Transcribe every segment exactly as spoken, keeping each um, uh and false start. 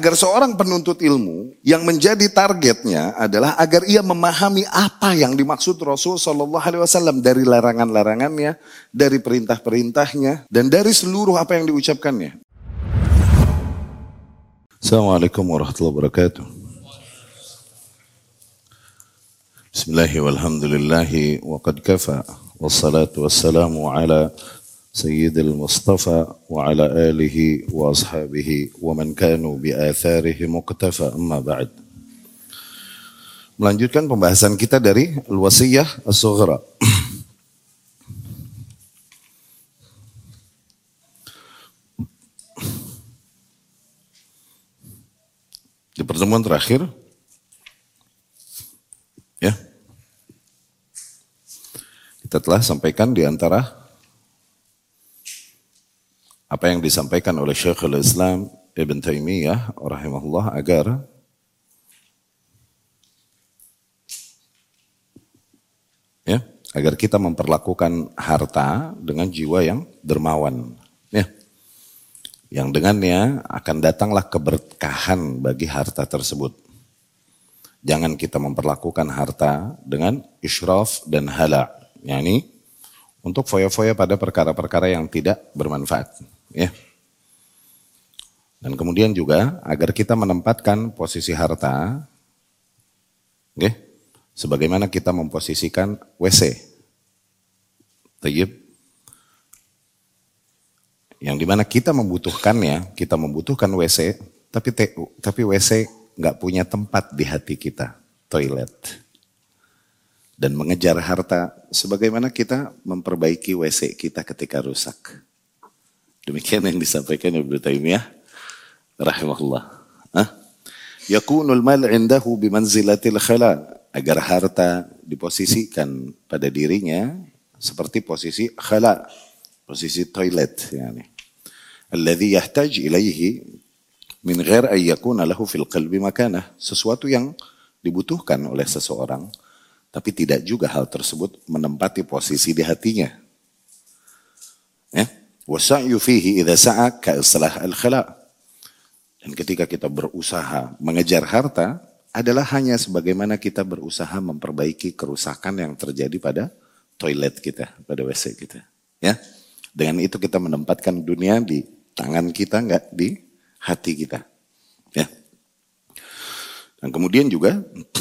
Agar seorang penuntut ilmu yang menjadi targetnya adalah agar ia memahami apa yang dimaksud Rasul Shallallahu Alaihi Wasallam dari larangan-larangannya, dari perintah-perintahnya, dan dari seluruh apa yang diucapkannya. Assalamualaikum warahmatullahi wabarakatuh. Bismillahi walhamdulillahi wa qad kafa. Wassalatu wassalamu ala Sayyidil Mustafa wa ala alihi wa ashabihi wa man kanu bi atharihi muqtafa, amma ba'd. Melanjutkan pembahasan kita dari Al-Wasiyah As-Sughra. Di pertemuan terakhir ya, kita telah sampaikan di antara apa yang disampaikan oleh Syekhul Islam Ibn Taimiyah rahimahullah agar ya, agar kita memperlakukan harta dengan jiwa yang dermawan, ya. Yang dengannya akan datanglah keberkahan bagi harta tersebut. Jangan kita memperlakukan harta dengan israf dan hala, yakni untuk foya-foya pada perkara-perkara yang tidak bermanfaat. Ya. Dan kemudian juga agar kita menempatkan posisi harta, okay, sebagaimana kita memposisikan W C. Tayyib. Yang dimana kita membutuhkannya, kita membutuhkan W C, tapi te, tapi W C nggak punya tempat di hati kita, toilet. Dan mengejar harta sebagaimana kita memperbaiki W C kita ketika rusak. Demikian yang disampaikan Ibnu Taimiyah rahimahullah. Hah? Yakunul mal 'indahu bimanzilatil khala, agar harta diposisikan pada dirinya seperti posisi khala, posisi toilet, yani. Alladhi yahtaj ilaihi min ghair an yakuna lahu fil qalbi makanah, sesuatu yang dibutuhkan oleh seseorang tapi tidak juga hal tersebut menempati posisi di hatinya. Ya, wasa'yu fihi idza sa'a ka islah al-khala. Dan ketika kita berusaha mengejar harta adalah hanya sebagaimana kita berusaha memperbaiki kerusakan yang terjadi pada toilet kita, pada W C kita. Ya, dengan itu kita menempatkan dunia di tangan kita, enggak di hati kita. Ya. Dan kemudian juga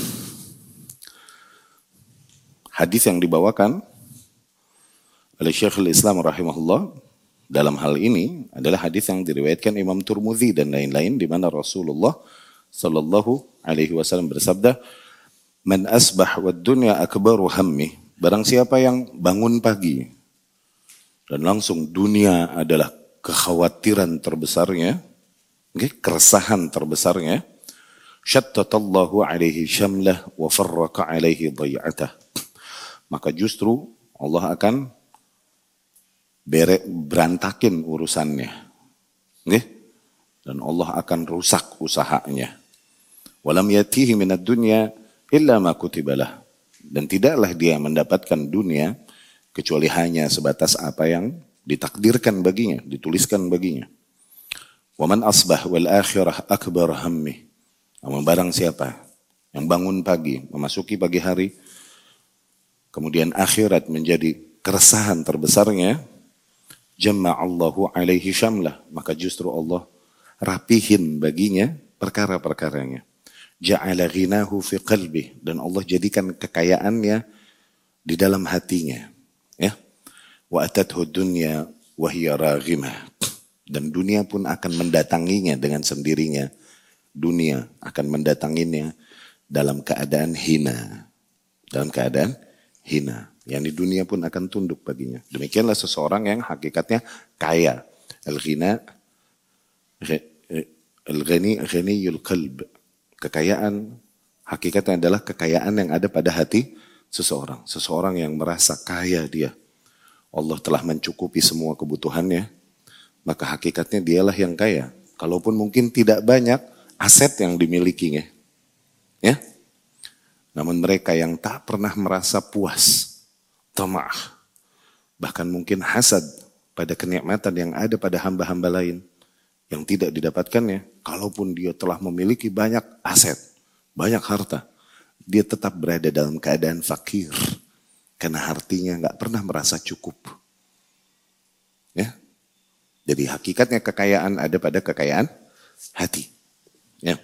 hadis yang dibawakan oleh Syekhul Islam rahimahullah dalam hal ini adalah hadis yang diriwayatkan Imam Tirmidzi dan lain-lain, di mana Rasulullah sallallahu alaihi wasallam bersabda, "Man asbah wad dunya akbaru hammi." Barang siapa yang bangun pagi dan langsung dunia adalah kekhawatiran terbesarnya, okay, keresahan terbesarnya, syattatallahu alaihi syamlah wa farraqa alaihi dhai'atah. Maka justru Allah akan bere, berantakin urusannya. Okay? Dan Allah akan rusak usahanya. Walam yatihi minad dunya illa ma kutibalah. Dan tidaklah dia mendapatkan dunia kecuali hanya sebatas apa yang ditakdirkan baginya, dituliskan baginya. Waman asbah wal akhirah akbar hammi. Namun barang siapa yang bangun pagi, memasuki pagi hari, kemudian akhirat menjadi keresahan terbesarnya, jama'allahu alaihi syamlah, maka justru Allah rapihin baginya perkara-perkaranya. Ja'ala ghinahu fi qalbi, dan Allah jadikan kekayaannya di dalam hatinya. Ya. Wa atathu dunya wa hiya raghimah, dan dunia pun akan mendatanginya dengan sendirinya. Dunia akan mendatanginya dalam keadaan hina. Dalam keadaan hina. Yang di dunia pun akan tunduk baginya. Demikianlah seseorang yang hakikatnya kaya. Al-ghina, al-ghani, ghaniyul qalb. Kekayaan hakikatnya adalah kekayaan yang ada pada hati seseorang. Seseorang yang merasa kaya dia. Allah telah mencukupi semua kebutuhannya. Maka hakikatnya dialah yang kaya. Kalaupun mungkin tidak banyak aset yang dimilikinya. Ya. Namun mereka yang tak pernah merasa puas, tamah, bahkan mungkin hasad pada kenikmatan yang ada pada hamba-hamba lain, yang tidak didapatkannya, kalaupun dia telah memiliki banyak aset, banyak harta, dia tetap berada dalam keadaan fakir. Karena hatinya nggak pernah merasa cukup. Ya. Jadi hakikatnya kekayaan ada pada kekayaan hati. Ya.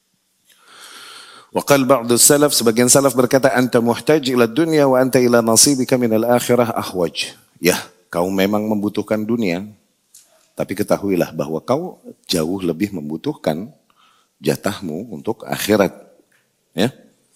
Wa qala ba'du salaf, sebagian salaf berkata, anta muhtaj ila dunya wa anta ila nasibika min al-akhirah ahwaj. Ya, kau memang membutuhkan dunia, tapi ketahuilah bahwa kau jauh lebih membutuhkan jatahmu untuk akhirat. Ya.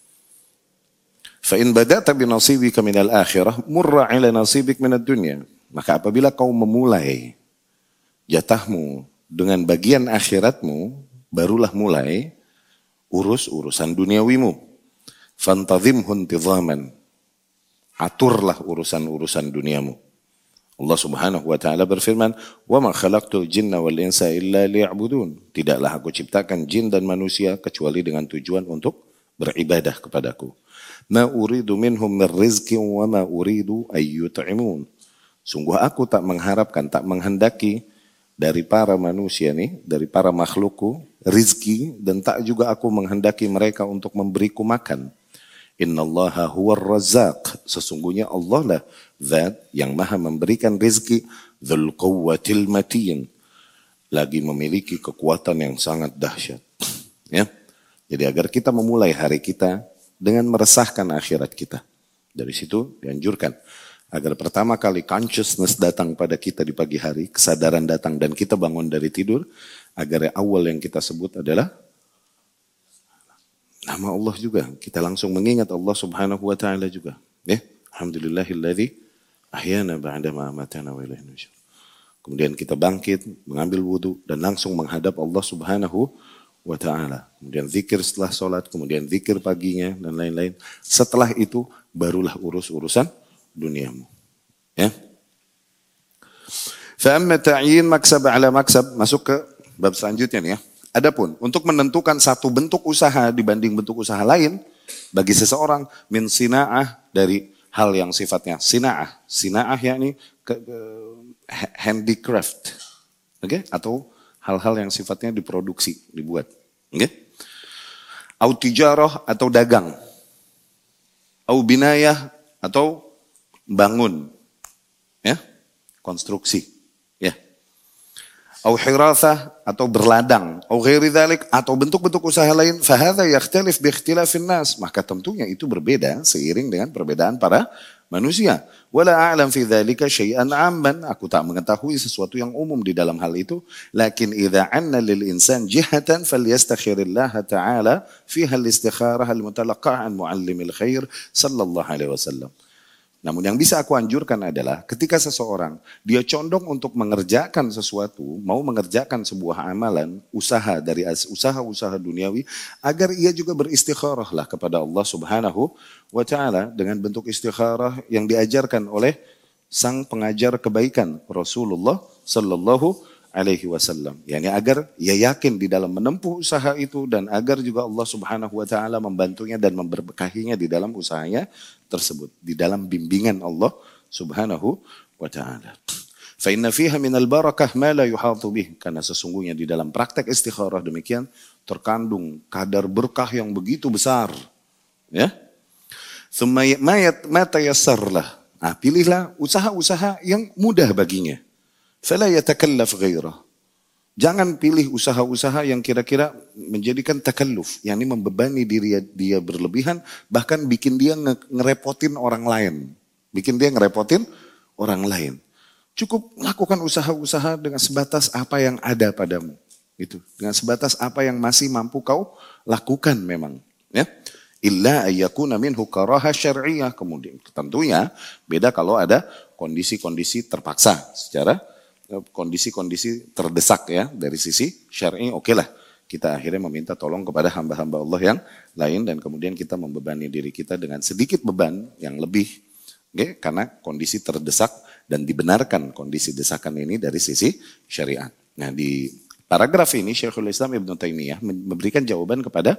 Fa in bada'ta bi nasibika min al-akhirah murra ila nasibik min ad-dunya. Maka apabila kau memulai jatahmu dengan bagian akhiratmu, barulah mulai urus urusan duniawimu. Fantazimhu intizaman. Aturlah urusan-urusan duniamu. Allah Subhanahu wa taala berfirman, "Wa ma khalaqtul jinna wal insa illa liya'budun." Tidaklah aku ciptakan jin dan manusia kecuali dengan tujuan untuk beribadah kepadaku. Ma uridu minhum min rizqin wa ma uridu ay yut'imun. Sungguh aku tak mengharapkan, tak menghendaki dari para manusia nih, dari para makhlukku, rizki, dan tak juga aku menghendaki mereka untuk memberiku makan. Innallaha huwar razzaq. Sesungguhnya Allah lah zat yang maha memberikan rizki, dzul quwwatil matin. Lagi memiliki kekuatan yang sangat dahsyat. Ya. Jadi agar kita memulai hari kita dengan meresahkan akhirat kita. Dari situ dianjurkan agar pertama kali consciousness datang pada kita di pagi hari, kesadaran datang dan kita bangun dari tidur, agar yang awal yang kita sebut adalah nama Allah juga. Kita langsung mengingat Allah Subhanahu wa taala juga. Ya, alhamdulillahilladzi ahyana ba'da ma amatana wa ilaihi nusyur. Kemudian kita bangkit, mengambil wudu dan langsung menghadap Allah Subhanahu wa ta'ala. Kemudian zikir setelah sholat, kemudian zikir paginya dan lain-lain. Setelah itu barulah urus-urusan duniamu. Ya. Fa'amma ta'yin maksab ala maksab, masuk ke bab selanjutnya nih ya. Adapun untuk menentukan satu bentuk usaha dibanding bentuk usaha lain bagi seseorang, min sina'ah, dari hal yang sifatnya sina'ah. Sina'ah yakni ke, ke, handicraft. Oke, okay? Atau hal-hal yang sifatnya diproduksi, dibuat. Oke? Okay? Au tijarah atau dagang. Au binayah atau bangun. Ya? Konstruksi. Ya. Au hirathah atau berladang. Au ghairi dzalik atau bentuk-bentuk usaha lain. Fahadha yakhtalif bi ikhtilafin nas. Maka tentunya itu berbeda seiring dengan perbedaan para manusia. Wala a'lam fi dzalika syai'an 'amman. Aku tak mengetahui sesuatu yang umum di dalam hal itu. Lakin idza 'anna lil insan jihatan falyastakhirillah ta'ala fiha al-istikharah al-mutalaqqah 'an muallimil khair sallallahu alaihi wasallam. Namun yang bisa aku anjurkan adalah ketika seseorang dia condong untuk mengerjakan sesuatu, mau mengerjakan sebuah amalan, usaha dari usaha-usaha duniawi, agar ia juga beristikharah lah kepada Allah Subhanahu wa taala dengan bentuk istikharah yang diajarkan oleh sang pengajar kebaikan Rasulullah sallallahu alaihi wasallam. Yani agar ia yakin di dalam menempuh usaha itu dan agar juga Allah Subhanahu wa taala membantunya dan memberkahinya di dalam usahanya tersebut, di dalam bimbingan Allah Subhanahu wa taala. Fa inna fiha minal barakah ma la yuhatu bih, karena sesungguhnya di dalam praktek istikharah demikian terkandung kadar berkah yang begitu besar. Ya. Tsumma ma tayassar lah. Ah, pilihlah usaha-usaha yang mudah baginya. Fala yatakallaf ghairah. Jangan pilih usaha-usaha yang kira-kira menjadikan takalluf, yakni membebani diri dia berlebihan, bahkan bikin dia ngerepotin orang lain. Bikin dia ngerepotin orang lain. Cukup lakukan usaha-usaha dengan sebatas apa yang ada padamu. Gitu. Dengan sebatas apa yang masih mampu kau lakukan memang. Ya. Illa ayyakuna minhu karaha syar'iyah. Kemudian tentunya beda kalau ada kondisi-kondisi terpaksa secara kondisi-kondisi terdesak ya dari sisi syar'i, oke okay lah kita akhirnya meminta tolong kepada hamba-hamba Allah yang lain dan kemudian kita membebani diri kita dengan sedikit beban yang lebih, oke, okay? Karena kondisi terdesak dan dibenarkan kondisi desakan ini dari sisi syariat. Nah di paragraf ini Syekhul Islam Ibnu Taimiyah memberikan jawaban kepada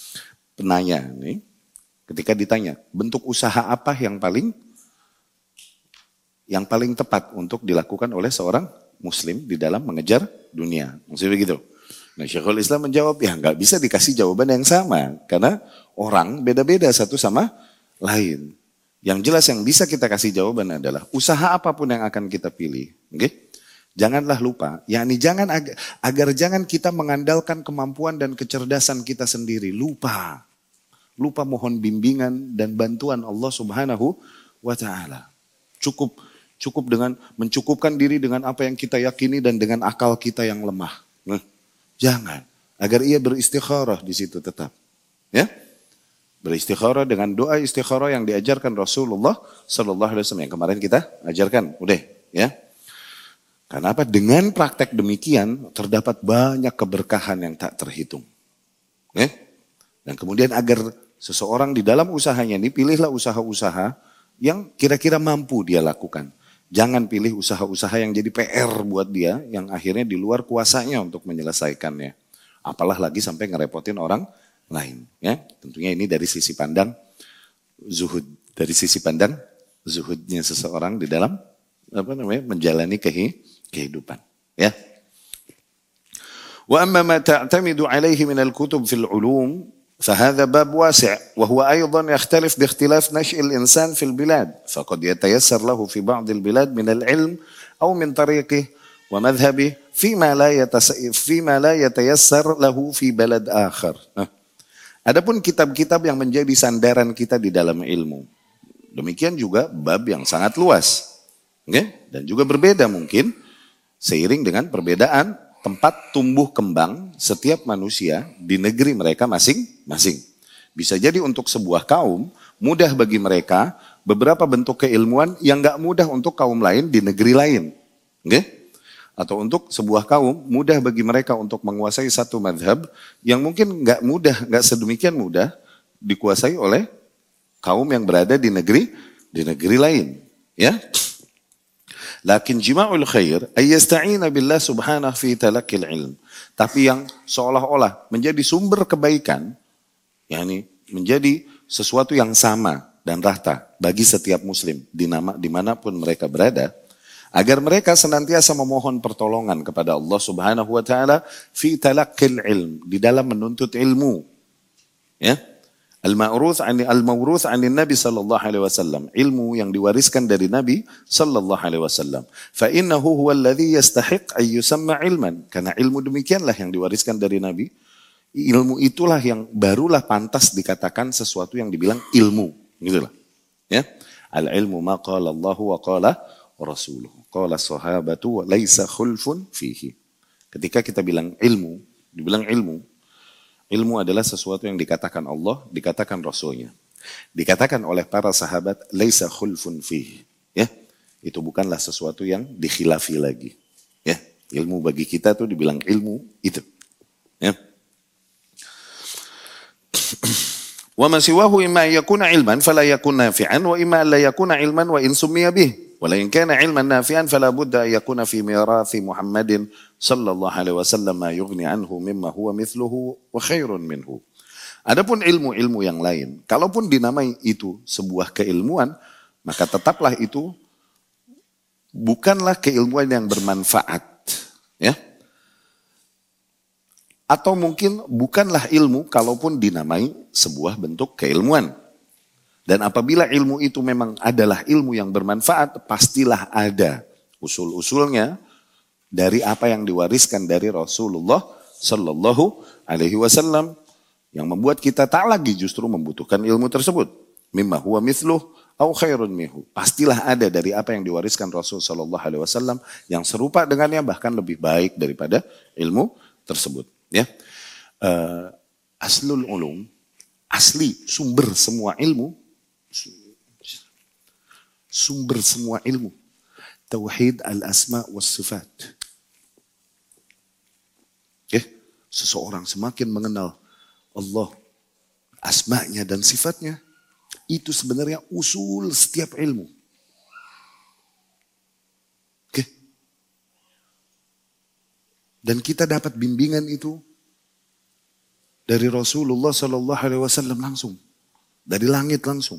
penanya nih ketika ditanya bentuk usaha apa yang paling yang paling tepat untuk dilakukan oleh seorang muslim di dalam mengejar dunia. Maksudnya begitu. Nah, Syekhul Islam menjawab, ya nggak bisa dikasih jawaban yang sama. Karena orang beda-beda satu sama lain. Yang jelas yang bisa kita kasih jawaban adalah usaha apapun yang akan kita pilih. Okay? Janganlah lupa, yakni jangan agar, agar jangan kita mengandalkan kemampuan dan kecerdasan kita sendiri. Lupa. Lupa mohon bimbingan dan bantuan Allah Subhanahu wa ta'ala. Cukup cukup dengan mencukupkan diri dengan apa yang kita yakini dan dengan akal kita yang lemah. Nah, jangan. Agar ia beristikharah di situ tetap. Ya? Beristikharah dengan doa istikharah yang diajarkan Rasulullah Sallallahu Alaihi Wasallam yang kemarin kita ajarkan, udah, ya. Karena apa? Dengan praktek demikian terdapat banyak keberkahan yang tak terhitung, ya. Dan kemudian agar seseorang di dalam usahanya ini pilihlah usaha-usaha yang kira-kira mampu dia lakukan. Jangan pilih usaha-usaha yang jadi P R buat dia yang akhirnya di luar kuasanya untuk menyelesaikannya. Apalah lagi sampai ngerepotin orang lain, ya. Tentunya ini dari sisi pandang zuhud, dari sisi pandang zuhudnya seseorang di dalam apa namanya menjalani kehidupan, ya. Wa amma ma ta'tamidu alaihi min al-kutub fil ulum فهذا باب واسع وهو أيضا يختلف باختلاف نشء الإنسان في البلاد فقد يتيسر له في بعض البلاد من العلم أو من طريقه ومذهبه فيما لا فيما لا يتيسر له في بلد آخر. Adapun kitab-kitab yang menjadi sandaran kita di dalam ilmu. Demikian juga bab yang sangat luas. Okay? Dan juga berbeda mungkin seiring dengan perbedaan tempat tumbuh kembang setiap manusia di negeri mereka masing-masing. Bisa jadi untuk sebuah kaum mudah bagi mereka beberapa bentuk keilmuan yang gak mudah untuk kaum lain di negeri lain. Okay? Atau untuk sebuah kaum mudah bagi mereka untuk menguasai satu madhab yang mungkin gak mudah, gak sedemikian mudah dikuasai oleh kaum yang berada di negeri di negeri lain. Ya. Lakin jima'ul khair ayyasta'ina billah subhanahu fi talaqqil ilm. Tapi yang seolah-olah menjadi sumber kebaikan, yakni menjadi sesuatu yang sama dan rata bagi setiap muslim di nama dimanapun mereka berada, agar mereka senantiasa memohon pertolongan kepada Allah Subhanahu wa taala fi talaqqil ilm, di dalam menuntut ilmu. Ya. Al-ma'ruth an al-mawruth 'an Nabi sallallahu alaihi wasallam, ilmu yang diwariskan dari Nabi sallallahu alaihi wasallam. Fa innahu huwa alladhi yastahiq ay yusamma ilman. Karena ilmu demikianlah yang diwariskan dari Nabi. Ilmu itulah yang barulah pantas dikatakan sesuatu yang dibilang ilmu, gitulah. Ya. Al-ilmu ma qala Allah wa qala rasuluhu. Qala sahabatu wa laisa khulfun fihi. Ketika kita bilang ilmu, dibilang ilmu, ilmu adalah sesuatu yang dikatakan Allah, dikatakan Rasulnya. Dikatakan oleh para sahabat, laisa khulfun fihi. Ya, itu bukanlah sesuatu yang dikhilafi lagi. Ya, ilmu bagi kita tuh dibilang ilmu itu. Ya. Wa ma siwahu imma yakuna ilman fala yakun nafi'an wa imma la yakuna ilman wa in summiya bih. Wa la in kana ilman nafi'an fala budda yakuna fi mirathi Muhammadin sallallahu alaihi wasallam ma yughni anhu mimma huwa mithluhu wa khairun minhu. Adapun ilmu-ilmu yang lain, kalaupun dinamai itu sebuah keilmuan, maka tetaplah itu bukanlah keilmuan yang bermanfaat, ya. Atau mungkin bukanlah ilmu kalaupun dinamai sebuah bentuk keilmuan. Dan apabila ilmu itu memang adalah ilmu yang bermanfaat, pastilah ada usul-usulnya dari apa yang diwariskan dari Rasulullah Sallallahu Alaihi Wasallam yang membuat kita tak lagi justru membutuhkan ilmu tersebut. Mimma huwa mithluh au khairun minhu. Pastilah ada dari apa yang diwariskan Rasul Sallallahu Alaihi Wasallam yang serupa dengannya bahkan lebih baik daripada ilmu tersebut. Ya, uh, aslul ulum, asli sumber semua ilmu, sumber semua ilmu, tauhid al-asma was sifat. Okay? Seseorang semakin mengenal Allah, asma'nya dan sifatnya, itu sebenarnya usul setiap ilmu. Okay? Dan kita dapat bimbingan itu dari Rasulullah Sallallahu Alaihi Wasallam langsung, dari langit langsung.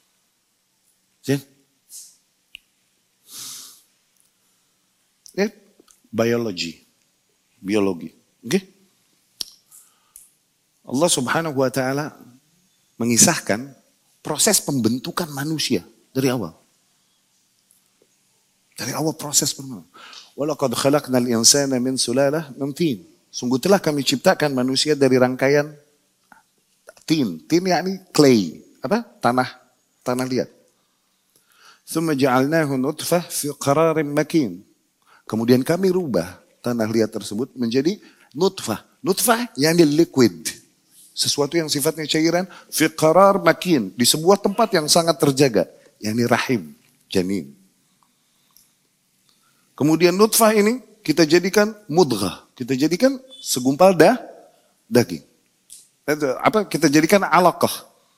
Ya? Ya? biology, biologi. Oke? Okay? Allah Subhanahu wa taala mengisahkan proses pembentukan manusia dari awal. Dari awal proses pembentukan. Walaqad khalaqnal insana min sulalah min tin. Sungguh telah kami ciptakan manusia dari rangkaian tin. Tin yakni clay, apa? Tanah, tanah liat. Tsumma ja'alnahu nutfah fi qararin makin. Kemudian kami rubah tanah liat tersebut menjadi nutfah. Nutfah yakni liquid. Sesuatu yang sifatnya cairan fi qarar makin, di sebuah tempat yang sangat terjaga, yakni rahim, janin. Kemudian nutfah ini kita jadikan mudghah, kita jadikan segumpal dah, daging. Apa kita jadikan alaqah.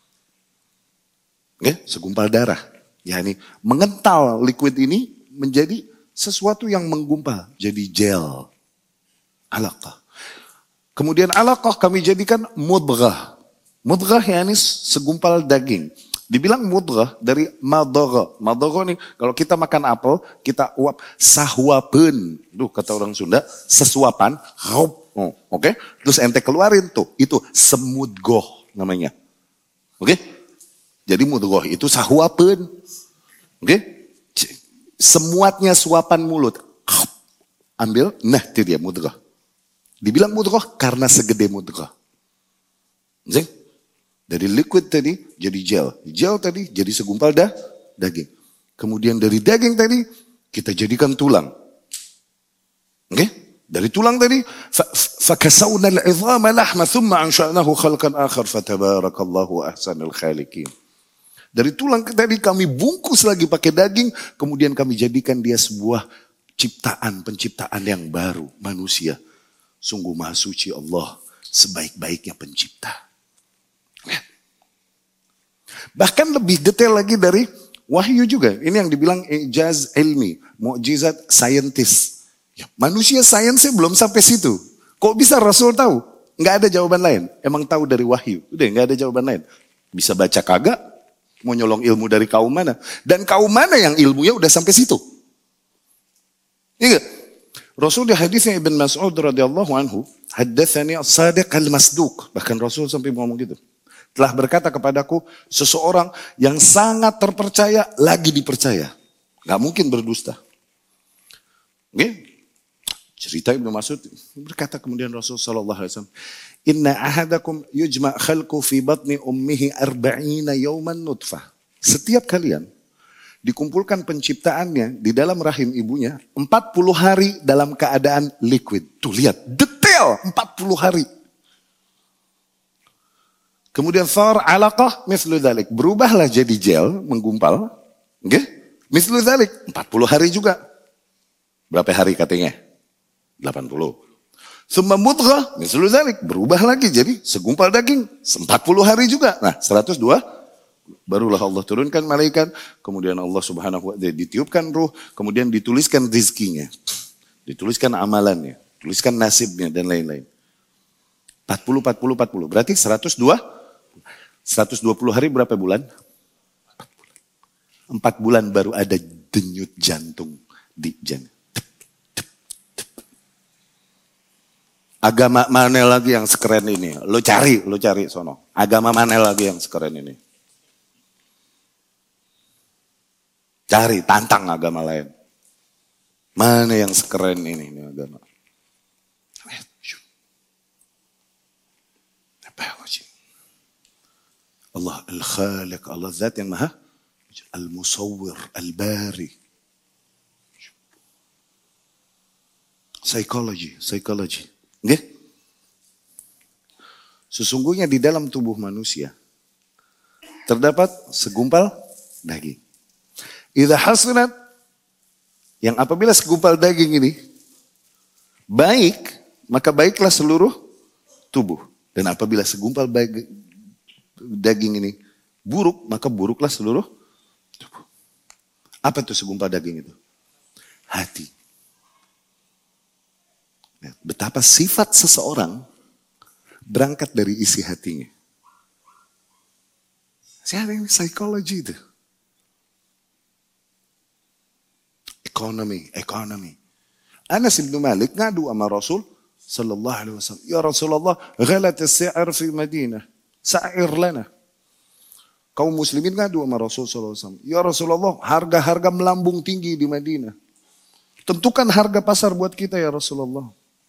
Okay? Segumpal darah. Yani mengental liquid ini menjadi sesuatu yang menggumpal, jadi gel. Alaqah. Kemudian alaqah kami jadikan mudghah. Mudghah yakni segumpal daging. Dibilang mudghah dari madagha. Madagha nih kalau kita makan apel, kita uap sahwapen. Duh kata orang Sunda, sesuapan. Oh, oke. Okay? Terus ente keluarin tuh, itu semudgoh namanya. Oke? Okay? Jadi mudghah itu sahwapen. Oke? Okay? Semuatnya suapan mulut. Ambil, nah itu dia mudghah. Dibilang mudghah karena segede mudghah. Zing? Dari liquid tadi jadi gel. Gel tadi jadi segumpal dah, daging. Kemudian dari daging tadi kita jadikan tulang. Oke? Okay? Dari tulang tadi fakasawna al-'idhama lahma thumma ansha'nahu khalqan akhar fatabarakallahu ahsanul khaliqin. Dari tulang tadi kami bungkus lagi pakai daging, kemudian kami jadikan dia sebuah ciptaan, penciptaan yang baru, manusia. Sungguh maha suci Allah, sebaik-baiknya pencipta. Bahkan lebih detail lagi dari wahyu juga. Ini yang dibilang ijaz ilmi, mukjizat saintis. Ya, manusia sainsnya belum sampai situ. Kok bisa Rasul tahu? Nggak ada jawaban lain. Emang tahu dari wahyu. Udah nggak ada jawaban lain. Bisa baca kagak? Mau nyolong ilmu dari kaum mana? Dan kaum mana yang ilmunya udah sampai situ? Iya. Rasul di hadisnya Ibn Mas'ud radhiyallahu anhu, haddatsani as-sadiq al-masduq. Bahkan Rasul sampai ngomong gitu. Telah berkata kepadaku seseorang yang sangat terpercaya lagi dipercaya. Gak mungkin berdusta. Oke? Cerita Ibnu Mas'ud berkata kemudian Rasul sallallahu alaihi wasallam, "Inna ahadakum yujma' khalqu fi batni ummihi arba'ina yawman nutfah." Setiap kalian dikumpulkan penciptaannya di dalam rahim ibunya empat puluh hari dalam keadaan liquid. Tuh lihat, detail empat puluh hari. Kemudian thar alaqah mislu dzalik, berubahlah jadi gel, menggumpal. Oke? Okay? Mislu dzalik, empat puluh hari juga. Berapa hari katanya? delapan puluh. Tsumma mudghah mislu dzalik, berubah lagi jadi segumpal daging, empat puluh hari juga. Nah, seratus dua. Barulah Allah turunkan malaikat, kemudian Allah Subhanahu wa taala ditiupkan ruh, kemudian dituliskan rizkinya. Dituliskan amalannya, tuliskan nasibnya dan lain-lain. empat puluh, empat puluh, empat puluh. Berarti seratus dua. seratus dua puluh hari berapa bulan? empat bulan. empat bulan baru ada denyut jantung di jantung. Agama mana lagi yang sekeren ini? Lo cari, lo cari sono. Agama mana lagi yang sekeren ini? Cari, tantang agama lain. Mana yang sekeren ini, ini agama? Allah Al-Khaliq, Allah Zat yang Maha Al-Musawwir, Al-Bari. Psychology, psychology. Okay? Sesungguhnya di dalam tubuh manusia terdapat segumpal daging. Idza hasanat, yang apabila segumpal daging ini baik, maka baiklah seluruh tubuh. Dan apabila segumpal daging ini buruk, maka buruklah seluruh tubuh. Apa itu segumpal daging itu? Hati. Betapa sifat seseorang berangkat dari isi hatinya. Saya ini psikologi itu. Ekonomi, ekonomi. Anas bin Malik ngadu sama Rasul sallallahu alaihi wasallam, "Ya Rasulullah, ghalat as-si'r fi Madinah. Sa'ir lana." Kaum muslimin ngadu sama Rasul sallallahu alaihi wasallam, "Ya Rasulullah, harga-harga melambung tinggi di Madinah. Tentukan harga pasar buat kita ya Rasulullah."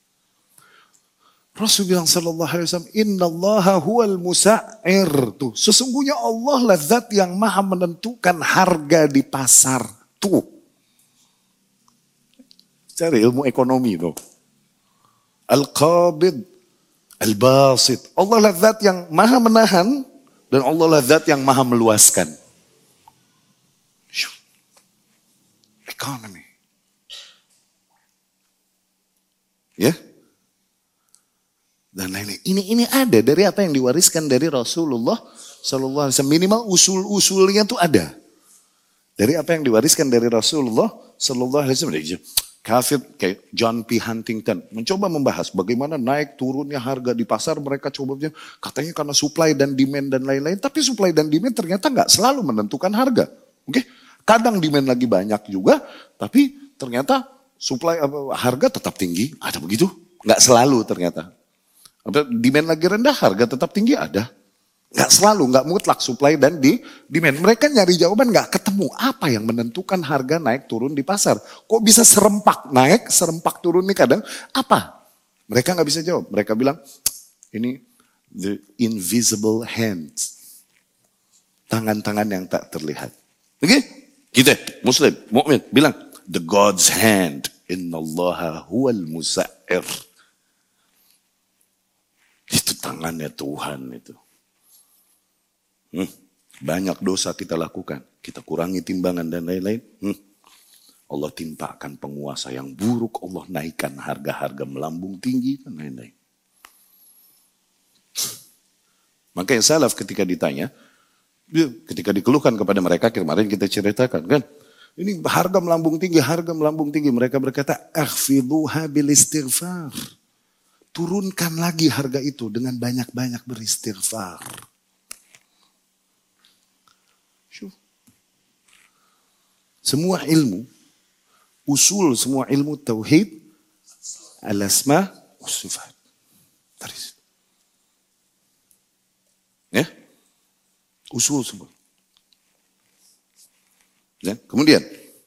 Rasul bilang sallallahu alaihi wasallam, "Innallaha huwal musa'ir." Tuh, sesungguhnya Allah lah zat yang maha menentukan harga di pasar. Tuh. Cari ilmu ekonomi tuh. Al-Qabid, Al-Basit. Allah lah zat yang maha menahan dan Allah lah zat yang maha meluaskan. Ekonomi. Ya? Dan lain-lain. Ini ini ada dari apa yang diwariskan dari Rasulullah Sallallahu Alaihi Wasallam. Minimal usul-usulnya tuh ada. Dari apa yang diwariskan dari Rasulullah Sallallahu Alaihi Wasallam. Kafir kayak John P. Huntington mencoba membahas bagaimana naik turunnya harga di pasar. Mereka coba katanya karena supply dan demand dan lain-lain. Tapi supply dan demand ternyata nggak selalu menentukan harga. Oke, okay? Kadang demand lagi banyak juga, tapi ternyata supply harga tetap tinggi. Ada begitu? Nggak selalu ternyata. Demand lagi rendah, harga tetap tinggi ada. Nggak selalu, nggak mutlak supply dan di demand. Mereka nyari jawaban nggak ketemu. Apa yang menentukan harga naik turun di pasar? Kok bisa serempak naik, serempak turun nih kadang? Apa? Mereka nggak bisa jawab. Mereka bilang, ini the invisible hands. Tangan-tangan yang tak terlihat. Oke? Okay? Kita, Muslim, mukmin bilang, the God's hand. Innallaha huwal musa'ir. Itu tangannya Tuhan itu. Hmm, banyak dosa kita lakukan. Kita kurangi timbangan dan lain-lain. Hmm, Allah timpakan penguasa yang buruk. Allah naikkan harga-harga melambung tinggi dan lain-lain. Maka yang salaf ketika ditanya, ketika dikeluhkan kepada mereka, kemarin kita ceritakan kan. Ini harga melambung tinggi, harga melambung tinggi. Mereka berkata, akhfiduha bil istighfar. Turunkan lagi harga itu dengan banyak-banyak beristighfar. Semua ilmu, usul semua ilmu tauhid, al-asma, was-sifat. Dari situ. Ya? Usul semua. Ya? Kemudian,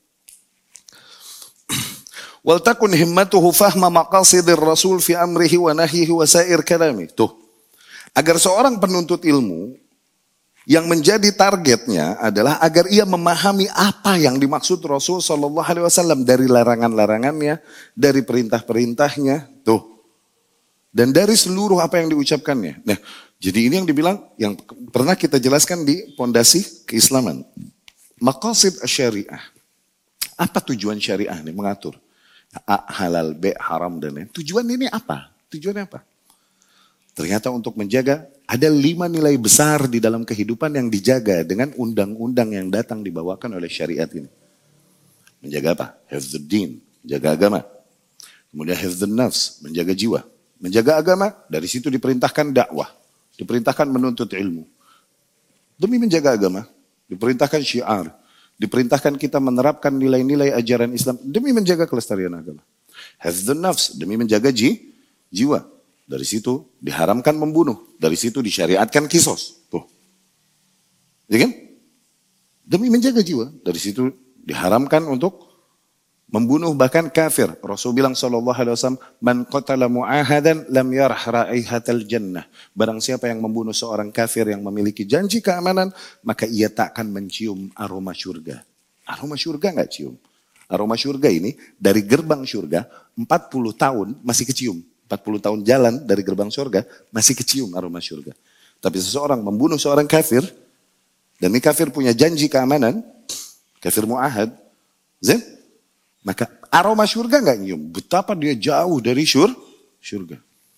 wal takun himmatuhu fahma maqasidir rasul fi amrihi wa nahyihi wa sair kalami. Tuh. Agar seorang penuntut ilmu yang menjadi targetnya adalah agar ia memahami apa yang dimaksud Rasul Shallallahu Alaihi Wasallam dari larangan-larangannya, dari perintah-perintahnya, tuh, dan dari seluruh apa yang diucapkannya. Nah, jadi ini yang dibilang, yang pernah kita jelaskan di pondasi keislaman, maqasid syariah. Apa tujuan syariah ini mengatur A, halal, B, haram dan lain. Tujuan ini apa? Tujuannya apa? Ternyata untuk menjaga, ada lima nilai besar di dalam kehidupan yang dijaga dengan undang-undang yang datang dibawakan oleh syariat ini. Menjaga apa? Hifdzuddin, menjaga agama. Kemudian hifdzun nafs, menjaga jiwa. Menjaga agama, dari situ diperintahkan dakwah. Diperintahkan menuntut ilmu. Demi menjaga agama, diperintahkan syiar. Diperintahkan kita menerapkan nilai-nilai ajaran Islam demi menjaga kelestarian agama. Hifdzun nafs, demi menjaga ji, jiwa. Dari situ diharamkan membunuh. Dari situ disyariatkan kisos. Tuh. Ya kan? Demi menjaga jiwa. Dari situ diharamkan untuk membunuh bahkan kafir. Rasul bilang sallallahu alaihi wasallam, "Man qatala mu'ahadan lam yarah raihatal jannah." Barang siapa yang membunuh seorang kafir yang memiliki janji keamanan, maka ia tak akan mencium aroma syurga. Aroma syurga enggak cium. Aroma syurga ini dari gerbang syurga empat puluh tahun masih kecium. empat puluh tahun jalan dari gerbang surga, masih kecium aroma surga. Tapi seseorang membunuh seorang kafir, dan ini kafir punya janji keamanan, kafir mu'ahad, zin, maka aroma surga nggak nyium. Betapa dia jauh dari syur, surga.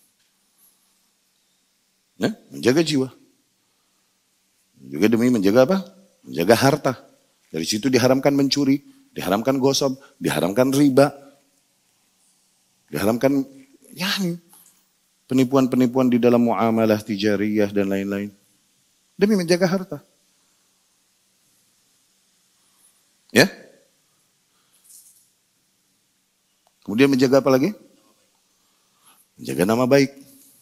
Ya, menjaga jiwa. Juga demi menjaga apa? Menjaga harta. Dari situ diharamkan mencuri, diharamkan gosok, diharamkan riba, diharamkan ya, penipuan-penipuan di dalam muamalah tijariyah dan lain-lain. Demi menjaga harta. Ya. Kemudian menjaga apa lagi? Menjaga nama baik.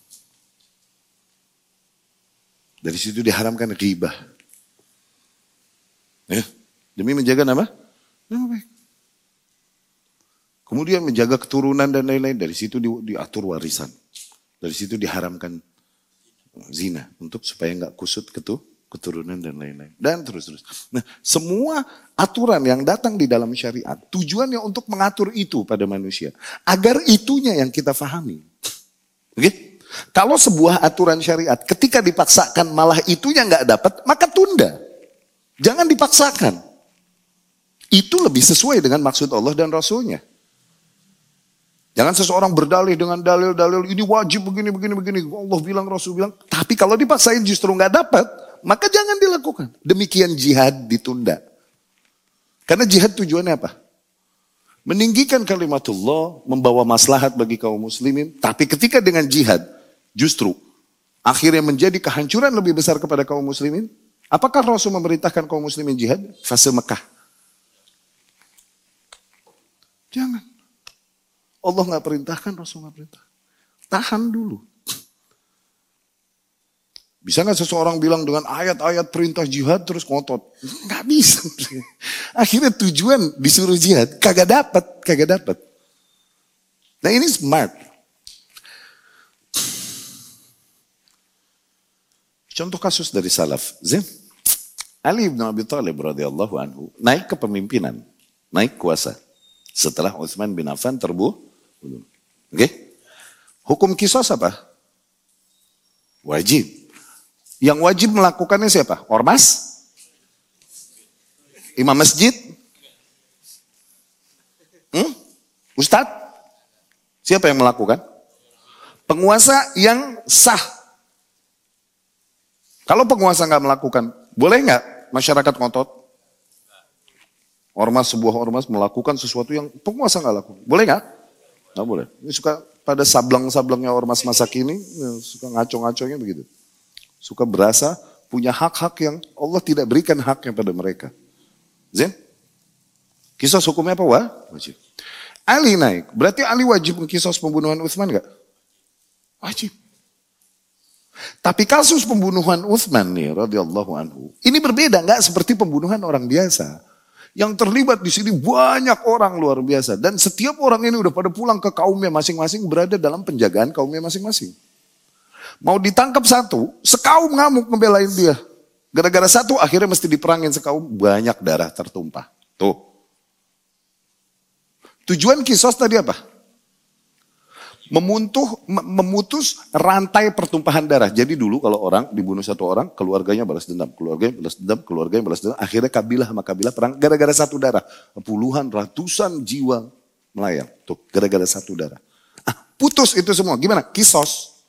Dari situ diharamkan ghibah. Ya, demi menjaga nama, nama baik. Kemudian menjaga keturunan dan lain-lain. Dari situ di, diatur warisan. Dari situ diharamkan zina. Untuk supaya nggak kusut ketu, keturunan dan lain-lain. Dan terus-terus. Nah, semua aturan yang datang di dalam syariat. Tujuannya untuk mengatur itu pada manusia. Agar itunya yang kita fahami. Oke? Kalau sebuah aturan syariat ketika dipaksakan malah itunya nggak dapat. Maka tunda. Jangan dipaksakan. Itu lebih sesuai dengan maksud Allah dan Rasulnya. Jangan seseorang berdalih dengan dalil-dalil ini wajib begini, begini, begini. Allah bilang, Rasul bilang. Tapi kalau dipaksain justru nggak dapat, maka jangan dilakukan. Demikian jihad ditunda. Karena jihad tujuannya apa? Meninggikan kalimatullah, membawa maslahat bagi kaum muslimin. Tapi ketika dengan jihad, justru akhirnya menjadi kehancuran lebih besar kepada kaum muslimin. Apakah Rasul memerintahkan kaum muslimin jihad? Fase Mekah. Jangan. Allah nggak perintahkan, Rasul nggak perintah. Tahan dulu. Bisa nggak seseorang bilang dengan ayat-ayat perintah jihad terus ngotot? Nggak bisa. Akhirnya tujuan disuruh jihad, kagak dapat, kagak dapat. Nah ini smart. Contoh kasus dari salaf. Zin, Ali bin Abi Thalib radhiyallahu anhu naik ke pemimpinan, naik kuasa. Setelah Utsman bin Affan terbunuh. Oke? Okay? Hukum kisos apa? Wajib. Yang wajib melakukannya siapa? Ormas? Imam masjid? Hmm? Ustadz? Siapa yang melakukan? Penguasa yang sah. Kalau penguasa nggak melakukan, boleh nggak masyarakat ngotot? Ormas, sebuah ormas melakukan sesuatu yang penguasa nggak lakukan. Boleh nggak? Nggak boleh. Ini suka pada sablang-sablangnya ormas masa kini, suka ngaco-ngaconya begitu. Suka berasa punya hak-hak yang Allah tidak berikan haknya pada mereka. Zin? Kisos hukumnya apa? Wah, wajib. Ali naik. Berarti Ali wajib mengkisos pembunuhan Utsman nggak? Wajib. Tapi kasus pembunuhan Utsman nih, radhiyallahu anhu, ini berbeda, nggak seperti pembunuhan orang biasa. Yang terlibat di sini banyak orang luar biasa. Dan setiap orang ini udah pada pulang ke kaumnya masing-masing, berada dalam penjagaan kaumnya masing-masing. Mau ditangkap satu, sekaum ngamuk ngebelain dia. Gara-gara satu akhirnya mesti diperangin sekaum, banyak darah tertumpah. Tuh. Tujuan kisos tadi apa? Memuntuh, memutus rantai pertumpahan darah. Jadi dulu kalau orang dibunuh satu orang, keluarganya balas dendam, keluarganya balas dendam, keluarganya balas dendam. Akhirnya kabilah sama kabilah perang gara-gara satu darah. Puluhan, ratusan jiwa melayang. Tuh, gara-gara satu darah. Ah, putus itu semua. Gimana? Kisos.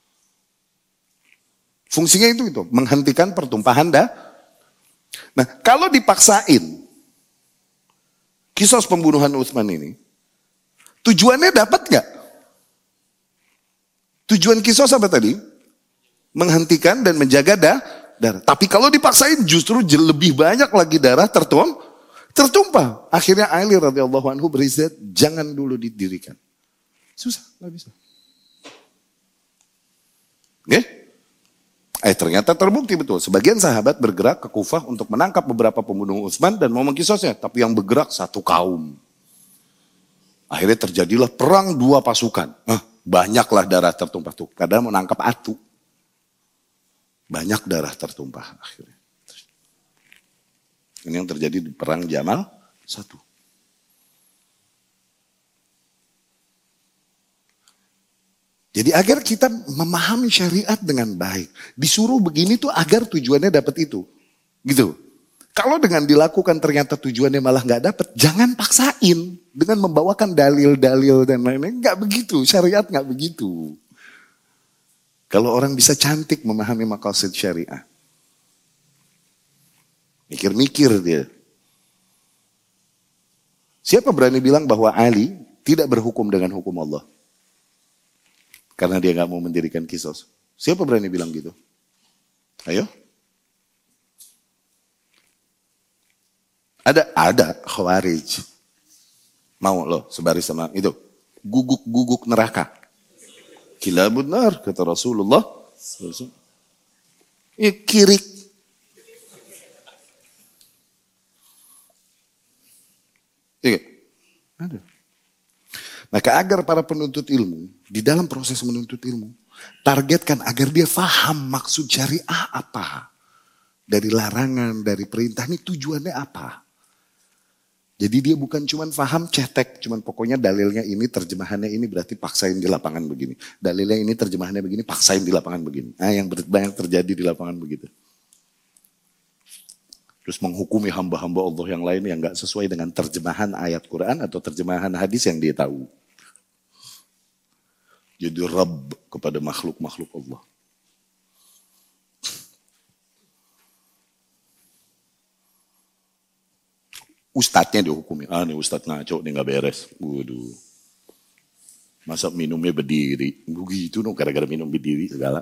Fungsinya itu itu, menghentikan pertumpahan darah. Nah, kalau dipaksain kisos pembunuhan Utsman ini, tujuannya dapat nggak? Tujuan kisos apa tadi? Menghentikan dan menjaga da, darah. Tapi kalau dipaksain justru lebih banyak lagi darah tertuang, tertumpah. Akhirnya Ali radhiyallahu anhu berizat, jangan dulu didirikan. Susah, nggak bisa. Oke? Okay? Eh ternyata terbukti betul. Sebagian sahabat bergerak ke Kufah untuk menangkap beberapa pembunuh Utsman dan mau mengkisosnya. Tapi yang bergerak satu kaum. Akhirnya terjadilah perang dua pasukan. Nah, banyaklah darah tertumpah tuh. Kadang menangkap atu. Banyak darah tertumpah akhirnya. Ini yang terjadi di perang Jamal satu. Jadi agar kita memahami syariat dengan baik. Disuruh begini tuh agar tujuannya dapat itu. Gitu. Kalau dengan dilakukan ternyata tujuannya malah nggak dapat, jangan paksain dengan membawakan dalil-dalil dan lain-lain. Nggak begitu, syariat nggak begitu. Kalau orang bisa cantik memahami maqasid syariah, mikir-mikir dia. Siapa berani bilang bahwa Ali tidak berhukum dengan hukum Allah? Karena dia nggak mau mendirikan kisos. Siapa berani bilang gitu? Ayo. Ada, ada Khawarij. Mau loh sebaris sama itu. guguk-guguk neraka. Kila benar, kata Rasulullah. Ya, kirik. Iya. Ada. Maka agar para penuntut ilmu, di dalam proses menuntut ilmu, targetkan agar dia faham maksud syariah apa. Dari larangan, dari perintah, ini tujuannya apa. Jadi dia bukan cuma faham cetek, cuman pokoknya dalilnya ini, terjemahannya ini, berarti paksain di lapangan begini. Dalilnya ini, terjemahannya begini, paksain di lapangan begini. Nah, yang banyak terjadi di lapangan begitu. Terus menghukumi hamba-hamba Allah yang lain yang gak sesuai dengan terjemahan ayat Quran atau terjemahan hadis yang dia tahu. Jadi Rabb kepada makhluk-makhluk Allah. Ustadznya dihukumi. Ah, nih ustadz ngaco, nih gak beres. Waduh. Masa minumnya berdiri. Begitu dong, gara-gara minum berdiri segala.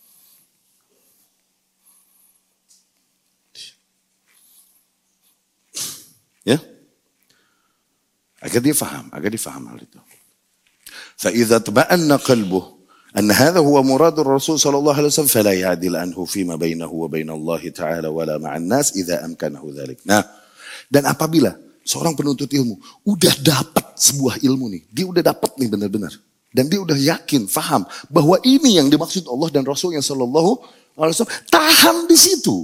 Ya. Agar dia faham, agar dia faham hal itu. فَإِذَا تَبَأَنَّ قَلْبُهُ أَنَّ هَذَا هُوَ مُرَادُ الرَّسُولِ صلى الله عليه وسلم فَلَا يَعْدِلْ عَنْهُ فِيمَا بَيْنَهُ وَبَيْنَ اللَّهِ تَعَالَى وَلَا مَعَ النَّاسِ إِذَا أَمْكَنَهُ ذَلِكَ. Nah, dan apabila seorang penuntut ilmu udah dapat sebuah ilmu nih, dia udah dapat nih benar-benar, dan dia udah yakin, faham bahwa ini yang dimaksud Allah dan Rasulnya Sallallahu Alaihi Wasallam, tahan di situ.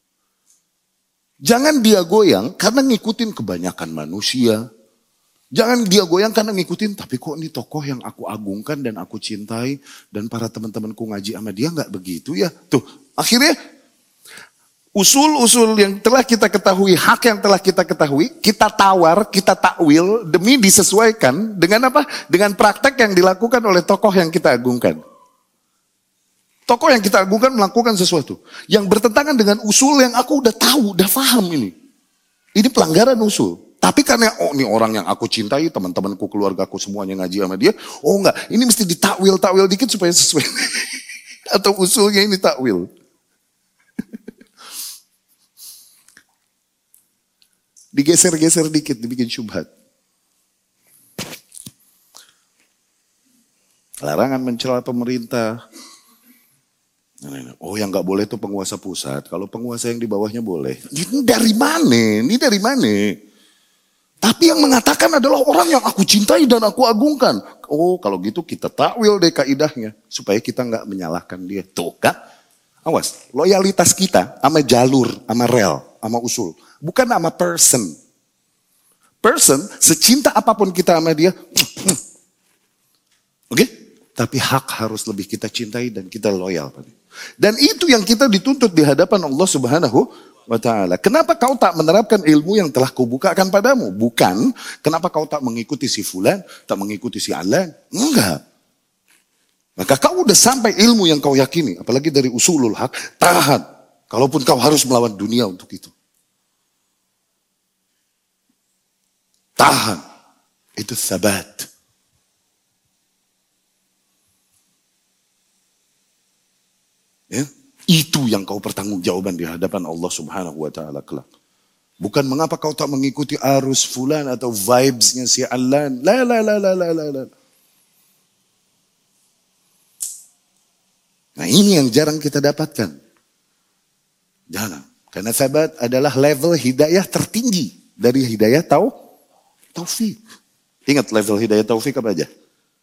Jangan dia goyang karena ngikutin kebanyakan manusia. Jangan dia goyang karena ngikutin, tapi kok ini tokoh yang aku agungkan dan aku cintai, dan para teman-temanku ngaji sama dia nggak begitu ya. Tuh, akhirnya usul-usul yang telah kita ketahui, hak yang telah kita ketahui, kita tawar, kita takwil demi disesuaikan dengan apa? Dengan praktek yang dilakukan oleh tokoh yang kita agungkan. Tokoh yang kita agungkan melakukan sesuatu yang bertentangan dengan usul yang aku udah tahu, udah paham ini. Ini pelanggaran usul. Tapi karena, oh ini orang yang aku cintai, teman-temanku, keluargaku semuanya ngaji sama dia. Oh enggak, ini mesti ditakwil-takwil dikit supaya sesuai. Atau usulnya ini takwil. Digeser-geser dikit, dibikin syubhat. Larangan mencela pemerintah. Oh yang gak boleh itu penguasa pusat. Kalau penguasa yang di bawahnya boleh. Ini dari mana? Ini dari mana? Tapi yang mengatakan adalah orang yang aku cintai dan aku agungkan. Oh kalau gitu kita takwil deh kaidahnya. Supaya kita gak menyalahkan dia. Tuh kan? Awas, loyalitas kita sama jalur, sama rel, sama usul. Bukan sama person. Person, secinta apapun kita sama dia. Oke? Okay? Tapi hak harus lebih kita cintai dan kita loyal. Dan itu yang kita dituntut di hadapan Allah Subhanahu wa ta'ala. Kenapa kau tak menerapkan ilmu yang telah kubukakan padamu? Bukan, kenapa kau tak mengikuti si fulan, tak mengikuti si alan? Enggak. Maka kau udah sampai ilmu yang kau yakini, apalagi dari usulul hak, tahan. Kalaupun kau harus melawan dunia untuk itu. Tahan. Itu sabat. Ya? Itu yang kau pertanggungjawaban di hadapan Allah Subhanahu wa ta'ala kelak. Bukan mengapa kau tak mengikuti arus fulan atau vibes-nya si alan. La la la la la la la. Nah ini yang jarang kita dapatkan. Jangan. Karena sahabat adalah level hidayah tertinggi dari hidayah tau, taufik. Ingat level hidayah taufik apa aja?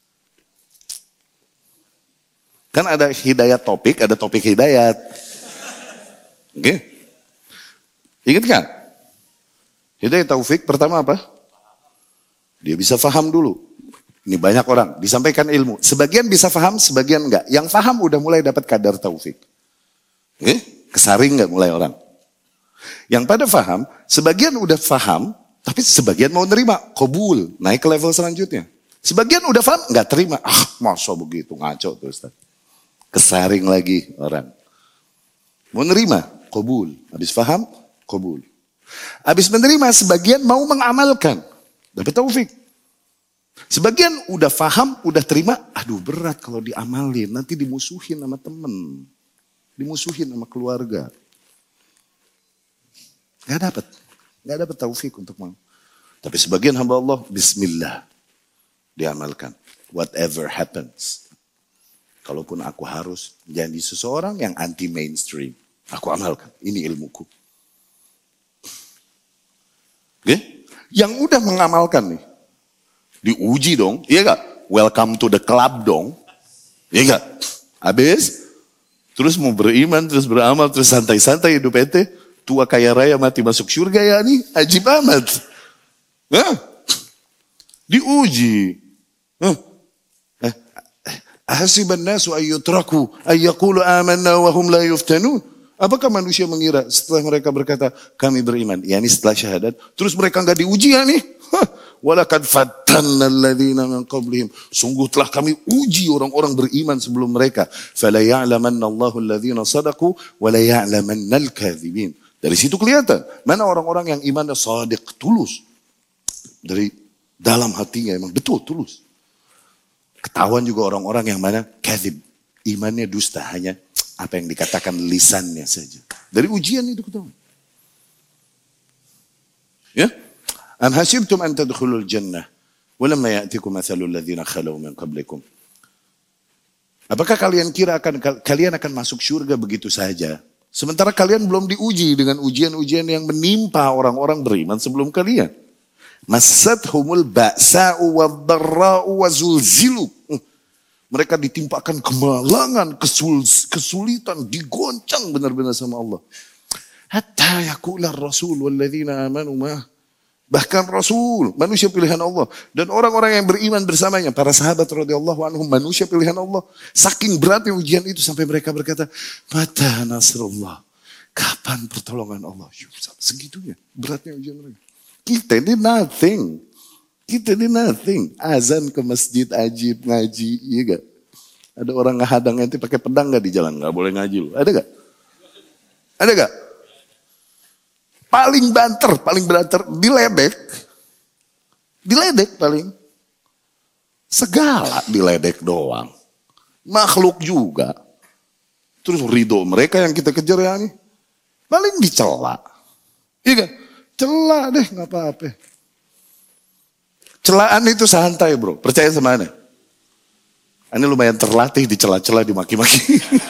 Kan ada hidayat topik, ada topik hidayat. Oke. Okay. Ingat kan? Hidayat taufik pertama apa? Dia bisa faham dulu. Ini banyak orang, disampaikan ilmu. Sebagian bisa faham, sebagian enggak. Yang faham udah mulai dapat kadar taufik. Oke? Okay? Kesaring enggak mulai orang. Yang pada faham, sebagian udah faham, tapi sebagian mau nerima. Qabul, naik ke level selanjutnya. Sebagian udah faham, enggak terima. Ah, masa begitu, ngaco tuh Ustaz. Kesaring lagi orang. Mau nerima, qabul. Habis faham, qabul. Habis menerima, sebagian mau mengamalkan. Dapat taufik. Sebagian udah faham, udah terima. Aduh berat kalau diamalin. Nanti dimusuhin sama temen. Dimusuhin sama keluarga. Gak dapat. Gak dapat taufik untuk mau. Tapi sebagian hamba Allah, bismillah. diamalkan. Whatever happens. Kalaupun aku harus jadi seseorang yang anti mainstream, aku amalkan. Ini ilmuku. Oke? Yang udah mengamalkan nih, diuji dong, iya gak? Welcome to the club dong, iya gak? Habis, terus mau beriman, terus beramal, terus santai-santai hidup ente, tua kaya raya mati masuk surga ya nih, ajib amat. Hah? Diuji. Hah? Hasiban nasu ayyutraku ayyaqulu amanna wa hum la yuftanun. Apakah manusia mengira setelah mereka berkata kami beriman, yakni setelah syahadat, terus mereka enggak diuji ya nih? Walaqad fattanna alladziina min qablihim. Sungguh telah kami uji orang-orang beriman sebelum mereka. Fala ya'lamanna Allahu alladziina shadaqu wa la ya'lamanna al-kadzibin. Dari situ kelihatan mana orang-orang yang imannya shadiq, tulus. Dari dalam hatinya emang betul tulus. Ketahuan juga orang-orang yang mana kadzib, imannya dusta, hanya apa yang dikatakan lisannya saja. Dari ujian itu ketahuan. Ya? Am hasibtum an tadkhulul jannah wa lamma ya'tikum mathalul ladzina khalu min qablikum. Apakah kalian kira akan kalian akan masuk surga begitu saja? Sementara kalian belum diuji dengan ujian-ujian yang menimpa orang-orang beriman sebelum kalian. Massathumul ba'sa'u wad-dharra'u wazulzilu. Mereka ditimpakan kemalangan, kesul, kesulitan, digoncang benar-benar sama Allah. Hatta yaqula ar-rasul walladzina amanu ma'ah. Bahkan Rasul, manusia pilihan Allah. Dan orang-orang yang beriman bersamanya, para sahabat radhiyallahu anhum, manusia pilihan Allah. Saking beratnya ujian itu sampai mereka berkata, mata nasrullah. Kapan pertolongan Allah? Segitunya beratnya ujian mereka. Kita ini nothing. Kita ini nothing. Azan ke masjid, ajib, ngaji, iya gak? Ada orang ngehadang nanti pakai pedang gak di jalan? Gak boleh ngaji loh. Ada gak? Ada gak? Paling banter, paling banter, diledek. Diledek paling. Segala diledek doang. Makhluk juga. Terus ridho mereka yang kita kejar ya nih. Paling dicela. Iya kan? Cela deh, gak apa-apa. Celaan itu santai bro, percaya sama Anda. Anda lumayan terlatih dicela-cela, dimaki-maki.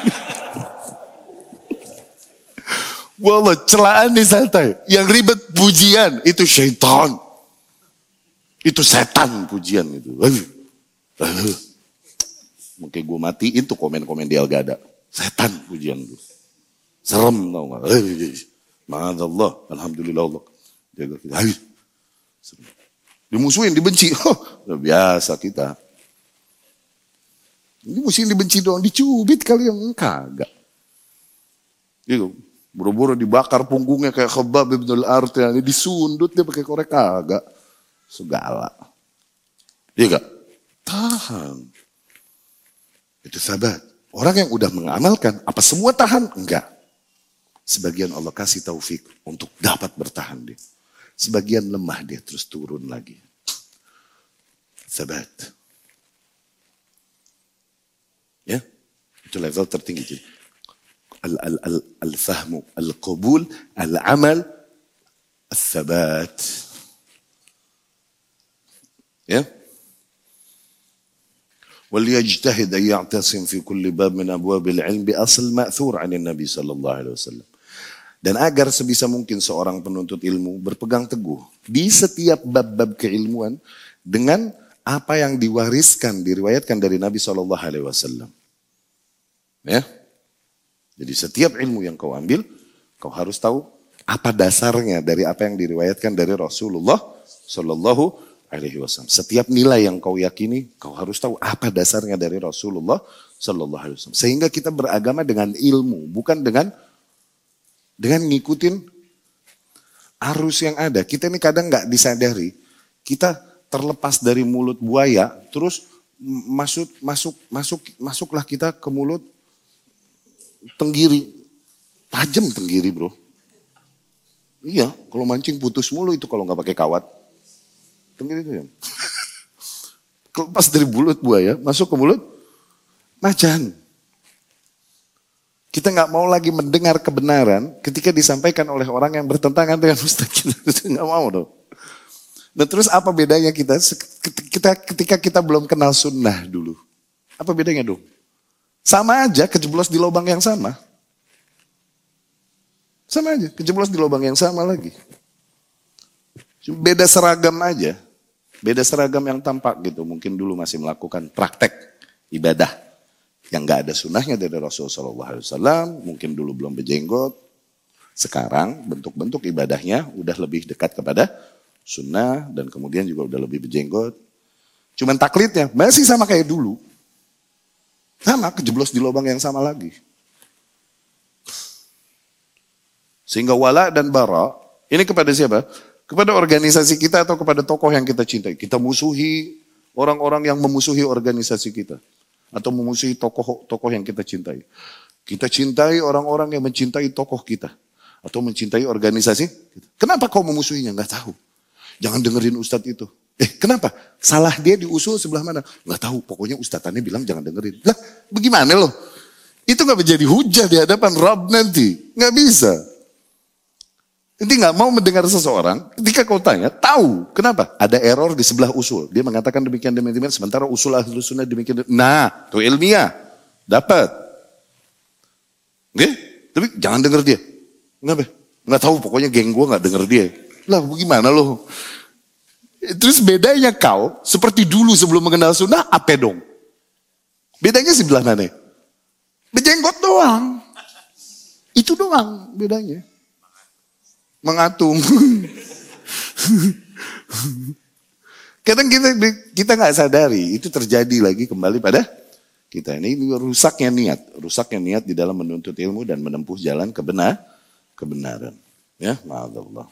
Wallah, celaan ini santai. Yang ribet pujian, itu syaitan. Itu setan pujian itu. Mungkin gue matiin tuh komen-komen di Al-Gada. Setan pujian itu. Serem tau gak? Ma'adallah, alhamdulillah Allah. Jaga kita. Dimusuhin, dibenci. Oh, biasa kita. Dimusuhin, dibenci doang. Dicubit kali yang kagak. Gitu. Buru-buru dibakar punggungnya kayak Khabbab ibn al-Arat. Disundut dia pakai korek kagak. Segala. Iya gak? Tahan. Itu sahabat. Orang yang udah mengamalkan. Apa semua tahan? Enggak. Sebagian Allah kasih taufik untuk dapat bertahan dia. Sebagian lemah dia terus turun lagi. Sahabat. Ya. Itu level tertinggi. Al-fahmu, al-qabul, al-amal, al-thabat. Ya. وَلْيَجْتَهِدْ أَنْ يَعْتَصِمْ فِي كُلِّ بَابٍ مِنْ أَبْوَابِ الْعِلْمِ بِأَصْلِ مَأْثُورٍ عَنِ النَّبِي صلى الله عليه وسلم. Dan agar sebisa mungkin seorang penuntut ilmu berpegang teguh di setiap bab-bab keilmuan dengan apa yang diwariskan, diriwayatkan dari Nabi shallallahu alaihi wasallam. Ya. Jadi setiap ilmu yang kau ambil, kau harus tahu apa dasarnya dari apa yang diriwayatkan dari Rasulullah shallallahu alaihi wasallam. Setiap nilai yang kau yakini, kau harus tahu apa dasarnya dari Rasulullah shallallahu alaihi wasallam. Sehingga kita beragama dengan ilmu, bukan dengan dengan ngikutin arus yang ada. Kita ini kadang nggak disadari, kita terlepas dari mulut buaya, terus masuk masuk masuk masuklah kita ke mulut tenggiri. Tajam tenggiri bro. Iya, kalau mancing putus mulu itu kalau nggak pakai kawat. Tenggiri itu ya. Lepas dari mulut buaya, masuk ke mulut macan. Kita nggak mau lagi mendengar kebenaran ketika disampaikan oleh orang yang bertentangan dengan ustaz kita. Nggak mau dong. Nah terus apa bedanya kita kita ketika kita belum kenal sunnah dulu. Apa bedanya dong? Sama aja kejeblos di lubang yang sama. Sama aja, kejeblos di lubang yang sama lagi. Beda seragam aja. Beda seragam yang tampak gitu. Mungkin dulu masih melakukan praktek ibadah yang gak ada sunnahnya dari Rasulullah shallallahu alaihi wasallam. Mungkin dulu belum berjenggot. Sekarang bentuk-bentuk ibadahnya udah lebih dekat kepada sunnah. Dan kemudian juga udah lebih berjenggot. Cuman taklidnya masih sama kayak dulu. Sama, kejeblos di lubang yang sama lagi. Sehingga wala dan bara, ini kepada siapa? Kepada organisasi kita atau kepada tokoh yang kita cintai. Kita musuhi orang-orang yang memusuhi organisasi kita. Atau memusuhi tokoh-tokoh yang kita cintai. Kita cintai orang-orang yang mencintai tokoh kita. Atau mencintai organisasi kita. Kenapa kau memusuhinya? Nggak tahu. Jangan dengerin ustadz itu. Eh kenapa? Salah dia diusul sebelah mana? Nggak tahu. Pokoknya ustadzannya bilang jangan dengerin. Lah bagaimana loh? Itu nggak menjadi hujah di hadapan Rabb nanti. Nggak bisa. Nanti nggak mau mendengar seseorang, ketika kau tanya, tahu. Kenapa? Ada error di sebelah usul. Dia mengatakan demikian, demikian, sementara usul ahlu sunnah demikian. Nah, itu ilmiah. Dapat. Oke? Tapi jangan dengar dia. Kenapa? Nggak tahu, pokoknya geng gue nggak dengar dia. Lah bagaimana loh? Terus bedanya kau, seperti dulu sebelum mengenal sunnah, apa dong? Bedanya sebelah mana? Berjenggot doang. Itu doang bedanya. Mengatung. Kadang kita kita nggak sadari itu terjadi lagi kembali pada kita. Ini rusaknya niat, rusaknya niat di dalam menuntut ilmu dan menempuh jalan kebenar, kebenaran. Ya, ma'adzallah.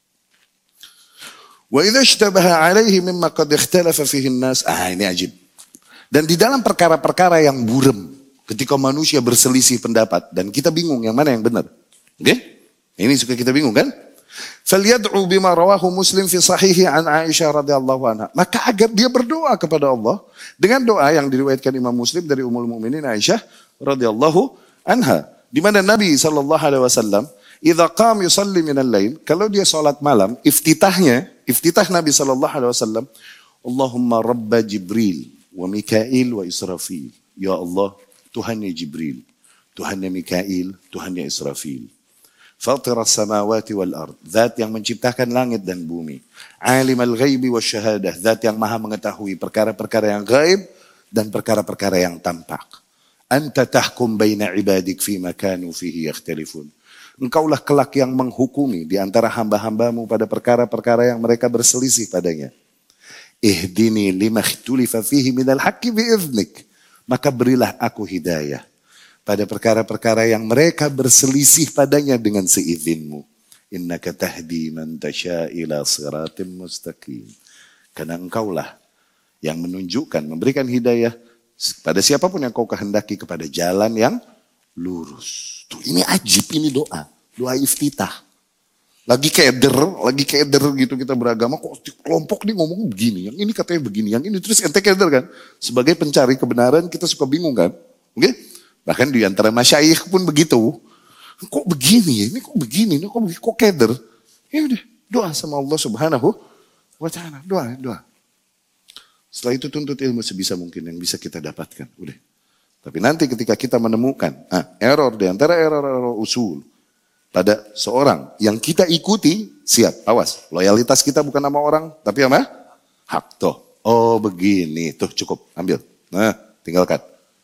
Wa idza ishtabaha 'alaihi mimma qad ikhtalafa fihi an-nas. Ah, ini ajib. Dan di dalam perkara-perkara yang buram, ketika manusia berselisih pendapat dan kita bingung yang mana yang benar. Oke? Okay? Ini suka kita bingung kan? Falyad'u bima rawahu Muslim fi sahihi an Aisyah radhiyallahu anha. Maka agar dia berdoa kepada Allah dengan doa yang diriwayatkan Imam Muslim dari Ummul Mukminin Aisyah radhiyallahu anha, di mana Nabi sallallahu alaihi wasallam idza qam yusalli min al-lail, kalau dia salat malam, iftitahnya, iftitah Nabi sallallahu alaihi wasallam, Allahumma rabba Jibril wa Mikail wa Israfil. Ya Allah, Tuhannya Jibril, Tuhannya Mikail, Tuhannya Israfil. Fatir as-samawati wal ard, zat yang menciptakan langit dan bumi. Alim al-ghaibi wa syahadah, zat yang maha mengetahui perkara-perkara yang gaib dan perkara-perkara yang tampak. Anta tahkum baina ibadik fima kanu fihi yakhtalifun. Engkaulah kelak yang menghukumi di antara hamba-hambamu pada perkara-perkara yang mereka berselisih padanya. Ihdini lima ikhtulifa fihi minal haqqi bi'idhnik. Maka berilah aku hidayah pada perkara-perkara yang mereka berselisih padanya dengan seizinmu. Innaka tahdi man tasha ila siratim mustaqim. Karena engkaulah yang menunjukkan, memberikan hidayah pada siapapun yang kau kehendaki kepada jalan yang lurus. Tuh, ini ajib, ini doa. Doa iftitah. Lagi keder, lagi keder gitu kita beragama, kok kelompok nih ngomong begini, yang ini katanya begini, yang ini terus ente keder kan. Sebagai pencari kebenaran kita suka bingung kan. Oke? Okay? Bahkan di antara masyayikh pun begitu. Kok begini ya? Ini kok begini? Ini kok begini? Kok keder? Ya udah, doa sama Allah Subhanahu wa taala. Doa, doa. Setelah itu tuntut ilmu sebisa mungkin yang bisa kita dapatkan. Udah. Tapi nanti ketika kita menemukan ah, error di antara error-error usul pada seorang yang kita ikuti, siap, awas. Loyalitas kita bukan nama orang, tapi apa? Hak. Tuh. Oh begini, tuh cukup, ambil. Nah, tinggalkan.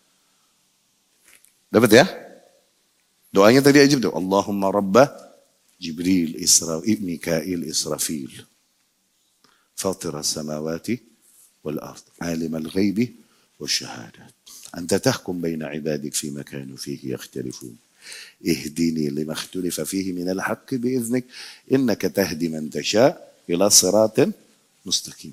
Dapat ya? Doanya tadi ajib tuh. Allahumma rabba Jibril, Israfil, Mikail, Israfil. Fatir as-samawati wal ard. Alim al-ghaibi wa syahadat. Anta tahkum baina ibadik fima kanu fihi yakhtalifun. Ihdini lima ikhtalafa fihi min al-haqqi bi'idhnik. Innaka tahdi man tasha ila siratin mustaqim.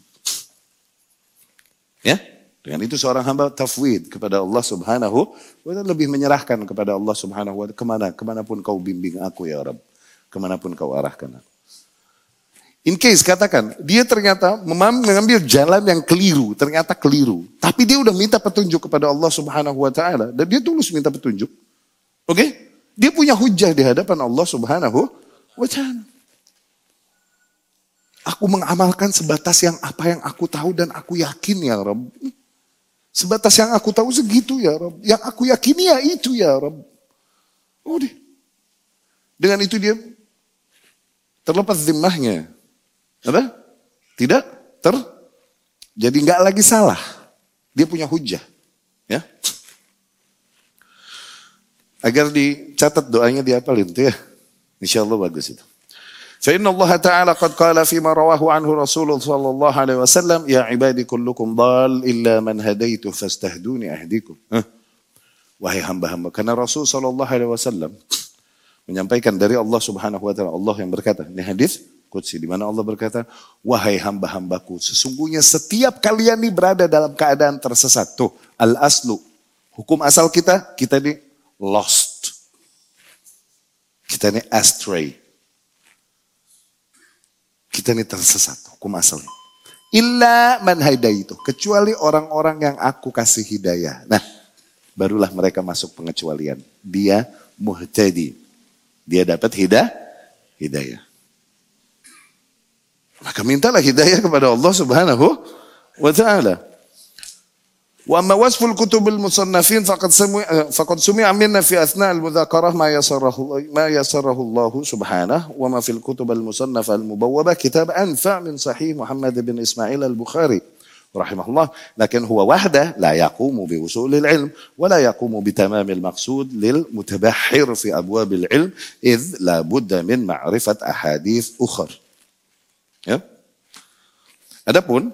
Ya? Dengan itu seorang hamba tafwid kepada Allah Subhanahu wa taala, lebih menyerahkan kepada Allah Subhanahu wa taala, kemana kemanapun kau bimbing aku ya Rabb, kemanapun kau arahkan aku. In case katakan dia ternyata mengambil jalan yang keliru, ternyata keliru, tapi dia udah minta petunjuk kepada Allah Subhanahu wa taala dan dia tulus minta petunjuk. Oke? Okay? Dia punya hujah di hadapan Allah Subhanahu wa taala. Aku mengamalkan sebatas yang apa yang aku tahu dan aku yakin ya Rabb. Sebatas yang aku tahu segitu ya Rabb. Yang aku yakini ya itu ya Rabb. Udah. Dengan itu dia terlepas zimmahnya. Apa? Tidak ter jadi nggak lagi salah. Dia punya hujah. Ya. Agar dicatat doanya diapalin tuh ya. Insya Allah bagus itu. فإن الله تعالى قد قال فيما رواه عنه رسول صلى الله عليه وسلم يا عبادي كلكم ضال إلا من هديته فاستهدوني أهديكم. Wahai hamba-hamba, karena Rasul Shallallahu Alaihi Wasallam menyampaikan dari Allah Subhanahu Wa Taala, Allah yang berkata, ini hadis Qudsi di mana Allah berkata, wahai hamba-hambaku, sesungguhnya setiap kalian ini berada dalam keadaan tersesat. Tuh, al aslu, hukum asal kita, kita ini lost, kita ini astray. Kita ini tersesat, hukum asalnya. Illa man hadaitu, kecuali orang-orang yang aku kasih hidayah. Nah, barulah mereka masuk pengecualian. Dia muhtadi. Dia dapat hidayah. hidayah. Maka mintalah hidayah kepada Allah Subhanahu wa taala. Wa amma wasful kutubil musannafin faqad sami'a faqad sumi'a minna fi athna' al-mudzakarah ma yasarahu ma yasarahu Allah subhanahu wa ma fil kutub al-musannafah al-mubawwabah kitab anfa' min sahih Muhammad bin Ismail al-Bukhari rahimahullah lakin huwa wahdah la yaqumu bi usulil ilm wa la yaqumu bi tamamil maqsud lil mutabahhir fi abwabil ilm idh la budda min ma'rifat ahadits ukhra. Ya. Adapun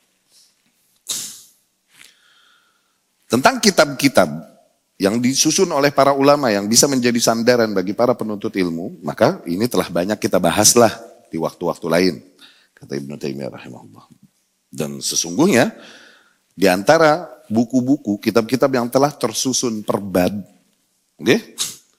tentang kitab-kitab yang disusun oleh para ulama yang bisa menjadi sandaran bagi para penuntut ilmu, maka ini telah banyak kita bahaslah di waktu-waktu lain, kata Ibnu Taimiyah rahimahullah. Dan sesungguhnya di antara buku-buku, kitab-kitab yang telah tersusun per bab, okay,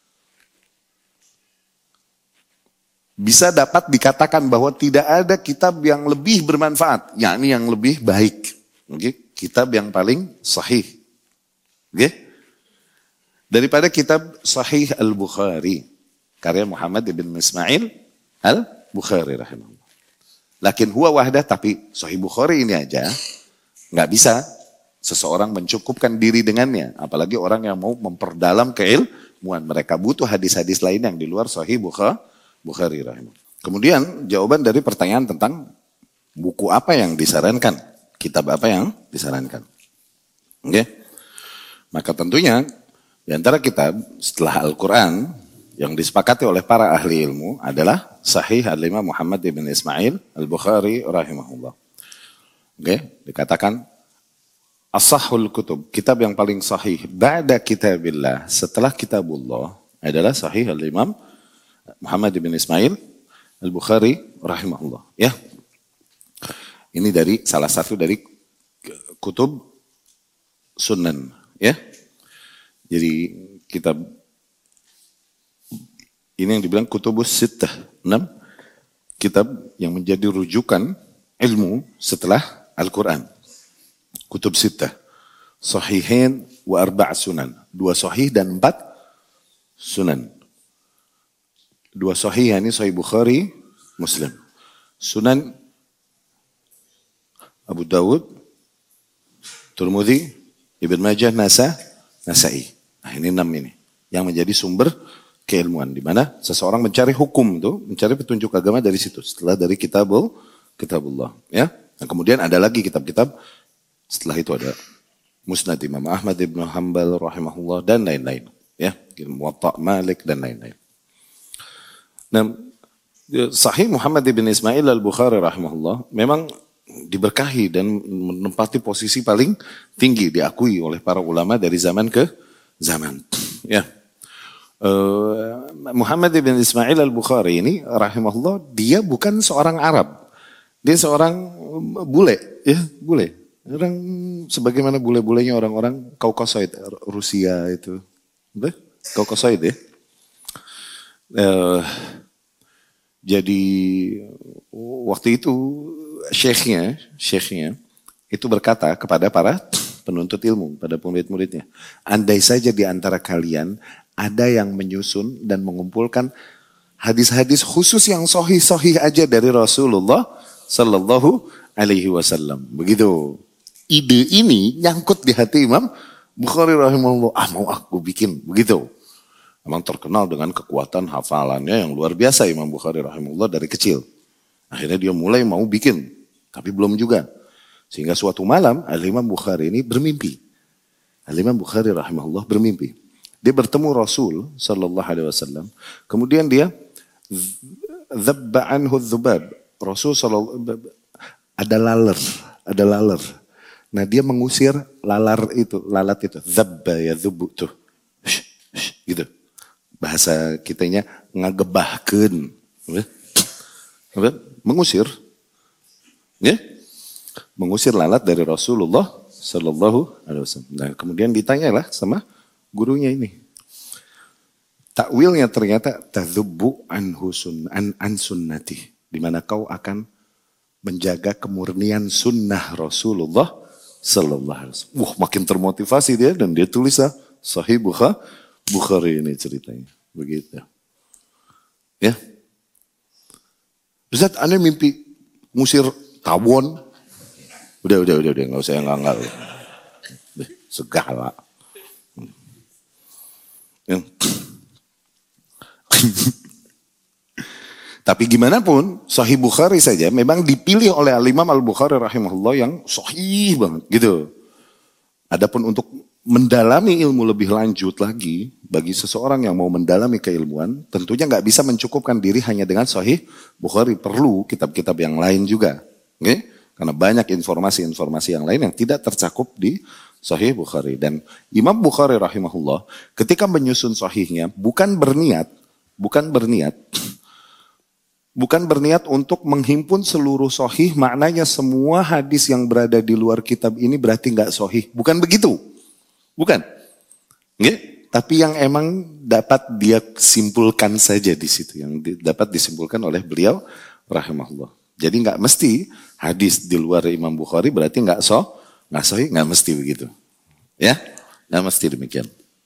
bisa dapat dikatakan bahwa tidak ada kitab yang lebih bermanfaat, yakni yang lebih baik, okay, kitab yang paling sahih. Oke, okay. Daripada kitab Sahih Al-Bukhari karya Muhammad bin Ismail Al-Bukhari rahimahullah. Lakin huwa wahdah, tapi Sahih Bukhari ini aja nggak bisa seseorang mencukupkan diri dengannya, apalagi orang yang mau memperdalam keilmuan. Mereka butuh hadis-hadis lain yang di luar Sahih Bukhari rahimahullah. Kemudian jawaban dari pertanyaan tentang buku apa yang disarankan, kitab apa yang disarankan. Oke. Okay. Maka tentunya di antara kitab setelah Al-Quran yang disepakati oleh para ahli ilmu adalah Sahih Al-Imam Muhammad bin Ismail Al-Bukhari rahimahullah. Oke, dikatakan As-Sahhul Kutub, kitab yang paling sahih ba'da kitabillah, setelah kitabullah adalah Sahih Al-Imam Muhammad bin Ismail Al-Bukhari rahimahullah. Ya. Ini dari salah satu dari kutub sunan. Ya, jadi kitab ini yang dibilang kutubus sittah, enam kitab yang menjadi rujukan ilmu setelah Al-Quran. Kutub sittah, sahihin wa arba' sunan, dua sahih dan empat sunan. Dua sahih ini Sahih Bukhari, Muslim. Sunan Abu Dawud, Tirmidzi, Ibn Majah, Nasa, Nasai. Nah ini enam ini yang menjadi sumber keilmuan di mana seseorang mencari hukum tuh, mencari petunjuk agama dari situ. Setelah dari kitabul, kitabullah, ya. Dan kemudian ada lagi kitab-kitab setelah itu ada Musnad Imam Ahmad ibn Hanbal rahimahullah dan lain-lain, ya. Muwatta Malik dan lain-lain. Nah, Sahih Muhammad ibn Ismail Al-Bukhari rahimahullah memang diberkahi dan menempati posisi paling tinggi, diakui oleh para ulama dari zaman ke zaman. Ya, uh, Muhammad bin Ismail Al-Bukhari ini rahimahullah, dia bukan seorang Arab, dia seorang bule, ya bule. Orang sebagaimana bule-bulenya orang-orang Kaukasoid, Rusia itu, Kaukasoid ya. Uh, jadi waktu itu syekhnya, syekhnya itu berkata kepada para penuntut ilmu, pada murid-muridnya, andai saja di antara kalian ada yang menyusun dan mengumpulkan hadis-hadis khusus yang sahih-sahih aja dari Rasulullah Sallallahu Alaihi Wasallam. Begitu. Ide ini nyangkut di hati Imam Bukhari rahimahullah. Ah mau aku bikin. Begitu. Memang terkenal dengan kekuatan hafalannya yang luar biasa Imam Bukhari rahimahullah dari kecil. Akhirnya dia mulai mau bikin. Tapi belum juga. Sehingga suatu malam Al-Imam Bukhari ini bermimpi. Al-Imam Bukhari rahimahullah bermimpi. Dia bertemu Rasul sallallahu alaihi wasallam. Kemudian dia dzabba anhu dzubab. Rasul sallallahu ada laler, ada laler. Nah, dia mengusir lalar itu, lalat itu. Dzabba ya dzubu tuh. Gitu. Bahasa kitanya ngagebahkeun. Mengusir. Ya? Mengusir lalat dari Rasulullah sallallahu alaihi wasallam. Nah, kemudian ditanyalah sama gurunya ini. Takwilnya ternyata tadzubbu anhu sun an, an sunnati. Di mana kau akan menjaga kemurnian sunnah Rasulullah sallallahu alaihi wasallam. Wah, makin termotivasi dia dan dia tulis lah Sahih Bukhari, Bukhari ini ceritanya. Begitu. Ya. Ustaz, Anda mimpi ngusir tawon. Udah, udah, udah, udah, nggak usah yang nganggal. Segala. Ya. Tapi gimana pun Sahih Bukhari saja memang dipilih oleh Al-Imam Al-Bukhari rahimahullah yang sahih banget gitu. Adapun untuk mendalami ilmu lebih lanjut lagi bagi seseorang yang mau mendalami keilmuan tentunya nggak bisa mencukupkan diri hanya dengan Sahih Bukhari, perlu kitab-kitab yang lain juga. Okay? Karena banyak informasi-informasi yang lain yang tidak tercakup di Sahih Bukhari. Dan Imam Bukhari rahimahullah ketika menyusun sahihnya bukan berniat, bukan berniat, bukan berniat untuk menghimpun seluruh sahih, maknanya semua hadis yang berada di luar kitab ini berarti nggak sahih. Bukan begitu. Bukan. Nggak? Tapi yang emang dapat dia simpulkan saja di situ. Yang dapat disimpulkan oleh beliau rahimahullah. Jadi nggak mesti hadis di luar Imam Bukhari berarti nggak sah, nggak sahih, nggak mesti begitu. Ya, nggak mesti demikian.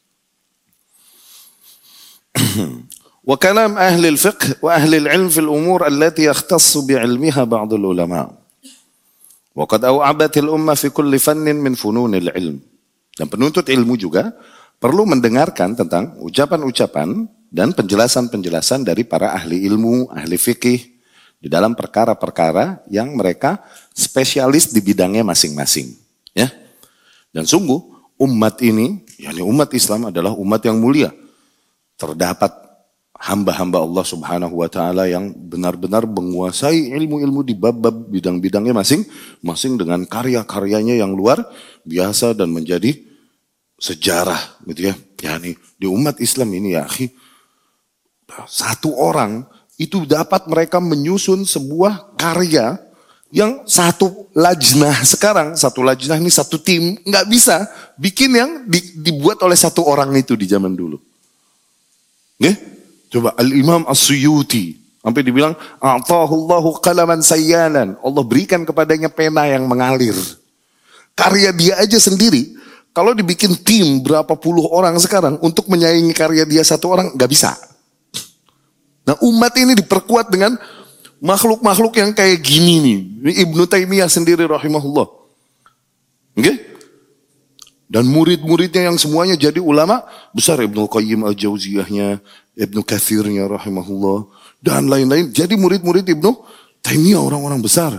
وكلام أهل الفقه وأهل العلم في الأمور التي يختص بعلمها بعض العلماء وقد أوعبت الأمة في كل فن من فنون العلم. Dan penuntut ilmu juga perlu mendengarkan tentang ucapan-ucapan dan penjelasan-penjelasan dari para ahli ilmu, ahli fikih di dalam perkara-perkara yang mereka spesialis di bidangnya masing-masing. Ya. Dan sungguh umat ini, yakni umat Islam adalah umat yang mulia. Terdapat hamba-hamba Allah subhanahu wa ta'ala yang benar-benar menguasai ilmu-ilmu di bab-bab bidang-bidangnya masing-masing dengan karya-karyanya yang luar biasa dan menjadi sejarah gitu ya. Yani di umat Islam ini ya akhi, satu orang itu dapat mereka menyusun sebuah karya yang satu lajnah sekarang, satu lajnah ini satu tim, nggak bisa bikin yang di, dibuat oleh satu orang itu di zaman dulu. Nggih? Coba Al-Imam As-Suyuti sampai dibilang a'tahullahu qalaman sayyalan. Allah berikan kepadanya pena yang mengalir. Karya dia aja sendiri kalau dibikin tim berapa puluh orang sekarang untuk menyaingi karya dia satu orang nggak bisa. Nah, umat ini diperkuat dengan makhluk-makhluk yang kayak gini nih. Ibnu Taimiyah sendiri rahimahullah. Oke? Okay? Dan murid-muridnya yang semuanya jadi ulama besar, Ibnu Qayyim Al-Jauziyahnya, Ibnu Katsirnya rahimahullah, dan lain-lain. Jadi murid-murid Ibnu Taimiyah orang-orang besar.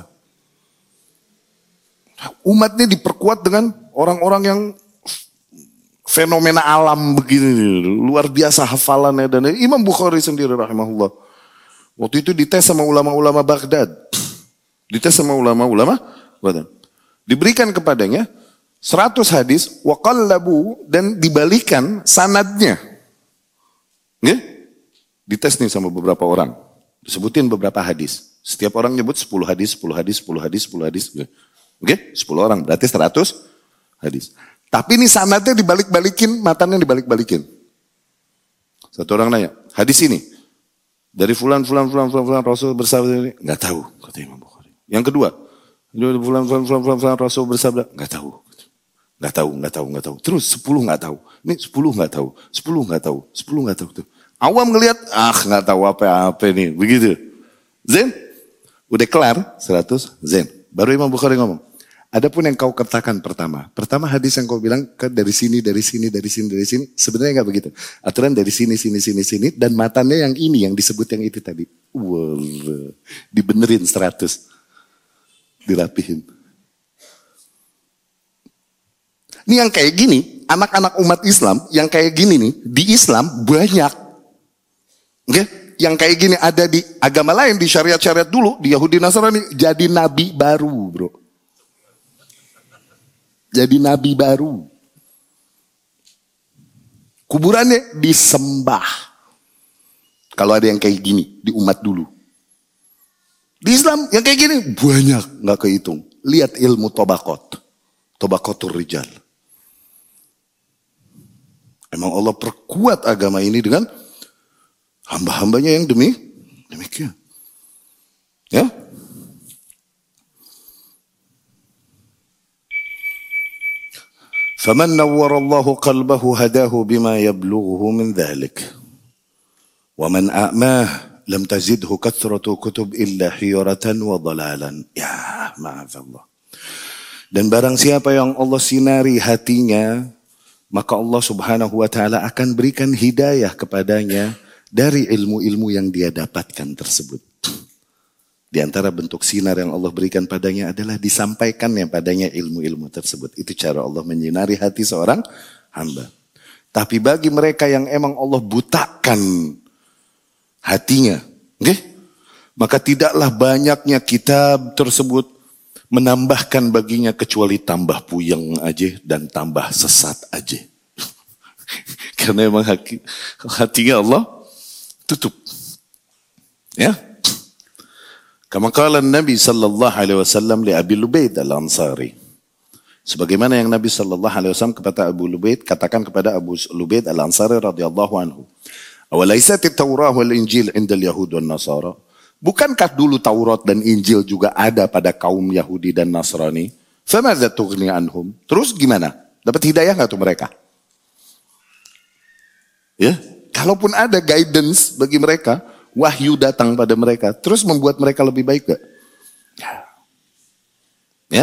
Umatnya diperkuat dengan orang-orang yang fenomena alam begini, luar biasa hafalannya. Dan Imam Bukhari sendiri rahimahullah. Waktu itu dites sama ulama-ulama Baghdad. Dites sama ulama-ulama Baghdad. Diberikan kepadanya seratus hadis, waqallabu, dan dibalikan sanadnya. Nggih? Dites nih sama beberapa orang. Disebutin beberapa hadis. Setiap orang nyebut sepuluh hadis, sepuluh hadis, sepuluh hadis, sepuluh hadis. Oke? sepuluh orang, berarti seratus hadis. Tapi ini sanadnya dibalik-balikin, matanya dibalik-balikin. Satu orang nanya, hadis ini dari fulan, fulan, fulan, fulan, fulan, Rasul bersabda ini, nggak tahu, kata Imam Bukhari. Yang kedua, fulan, fulan, fulan, fulan, fulan, Rasul bersabda, nggak tahu. Nggak tahu, nggak tahu, nggak tahu. Terus sepuluh nggak tahu. Ini sepuluh nggak tahu, sepuluh nggak tahu, sepuluh nggak tahu. Tuh. Awam ngelihat, ah nggak tahu apa-apa nih, begitu. Zen, Udah kelar seratus zen. Baru Imam Bukhari ngomong. Adapun yang kau katakan pertama. Pertama hadis yang kau bilang ke dari sini, dari sini, dari sini, dari sini. Sebenarnya nggak begitu. Aturan dari sini, sini, sini, sini. Dan matanya yang ini, yang disebut yang itu tadi. Wow, dibenerin seratus. Dirapihin. Ini yang kayak gini, anak-anak umat Islam yang kayak gini nih, di Islam banyak. Oke? Okay? Yang kayak gini ada di agama lain, di syariat-syariat dulu, di Yahudi Nasrani, jadi nabi baru, bro. Jadi nabi baru. Kuburannya disembah. Kalau ada yang kayak gini, di umat dulu. Di Islam yang kayak gini, banyak, nggak kehitung. Lihat ilmu tobakot. Tobakotur rijal. Emang Allah perkuat agama ini dengan hamba-hambanya yang demi demikian. Ya. Faman nawwarallahu qalbahu hadahu bima yablughuhu min dhalik. Wa man a'mah lam tazidhu kathratu kutub illa hiyaratan wa dhalalan. Ya, ma'afallah. Dan barang siapa yang Allah sinari hatinya, maka Allah subhanahu wa ta'ala akan berikan hidayah kepadanya dari ilmu-ilmu yang dia dapatkan tersebut. Di antara bentuk sinar yang Allah berikan padanya adalah disampaikannya padanya ilmu-ilmu tersebut. Itu cara Allah menyinari hati seorang hamba. Tapi bagi mereka yang emang Allah butakan hatinya, okay? Maka tidaklah banyaknya kitab tersebut menambahkan baginya kecuali tambah puyeng aja dan tambah sesat aja. Karena memang hati, hatinya Allah tutup. Ya. Kama qala Nabi sallallahu alaihi wasallam li Abi Lubaid al-Ansari. Sebagaimana yang Nabi sallallahu alaihi wasallam kepada Abu Lubaid katakan kepada Abu Lubaid al-Ansari radhiyallahu anhu. Awalaysat at-Taurah wal Injil 'inda al-Yahud wan Nasara? Bukankah dulu Taurat dan Injil juga ada pada kaum Yahudi dan Nasrani? Famadza tughni anhum? Terus gimana? Dapat hidayah nggak tuh mereka? Ya, kalaupun ada guidance bagi mereka, wahyu datang pada mereka, terus membuat mereka lebih baik gak? Ya. Ya?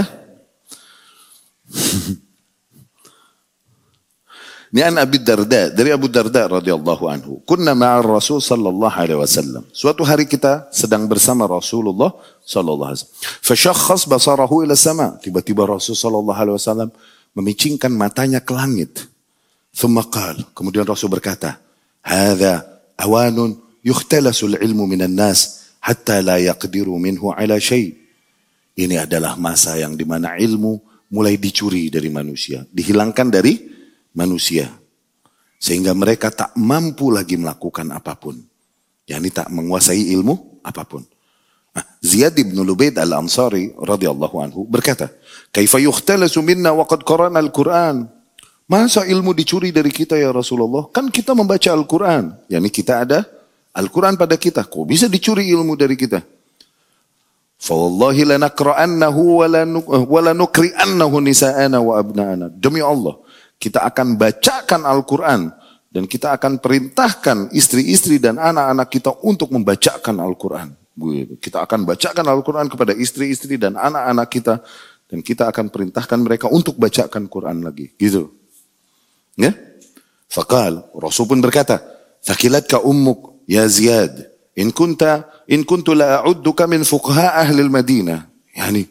Ini an Abi Darda, dari Abu Darda radhiyallahu anhu. Kunna ma'ar Rasul sallallahu alaihi wasallam. Suatu hari kita sedang bersama Rasulullah sallallahu alaihi wasallam. Fashakhas basarahu ila sama. Tiba-tiba Rasul sallallahu alaihi wasallam memicingkan matanya ke langit. Thumma qala, kemudian Rasul berkata, "Hadza awanun yukhtalasul ilmu minan nas hatta la yaqdiru minhu ala syai'." Ini adalah masa yang dimana ilmu mulai dicuri dari manusia, dihilangkan dari manusia, sehingga mereka tak mampu lagi melakukan apapun, yakni tak menguasai ilmu apapun. Nah, Ziyad bin Lubaid al-Ansari radhiyallahu anhu berkata, "Kaifa yukhtalasu minna wa qad qara'na al-Qur'an?" Masa ilmu dicuri dari kita ya Rasulullah? Kan kita membaca Al-Qur'an, yakni kita ada Al-Quran pada kita. Kok bisa dicuri ilmu dari kita? Fawallahi lanakra'annahu wa lanukri'annahu nisa'ana wa abna'ana. Demi Allah, kita akan bacakan Al-Quran dan kita akan perintahkan istri-istri dan anak-anak kita untuk membacakan Al-Quran. Kita akan bacakan Al-Quran kepada istri-istri dan anak-anak kita dan kita akan perintahkan mereka untuk bacakan Quran lagi. Gitu. Ya? Faqal, Rasul pun berkata, "Thaqilatka ummuk ya Ziyad, in kunta in kuntu la a'udduka min fuqaha ahli al-Madinah." Yani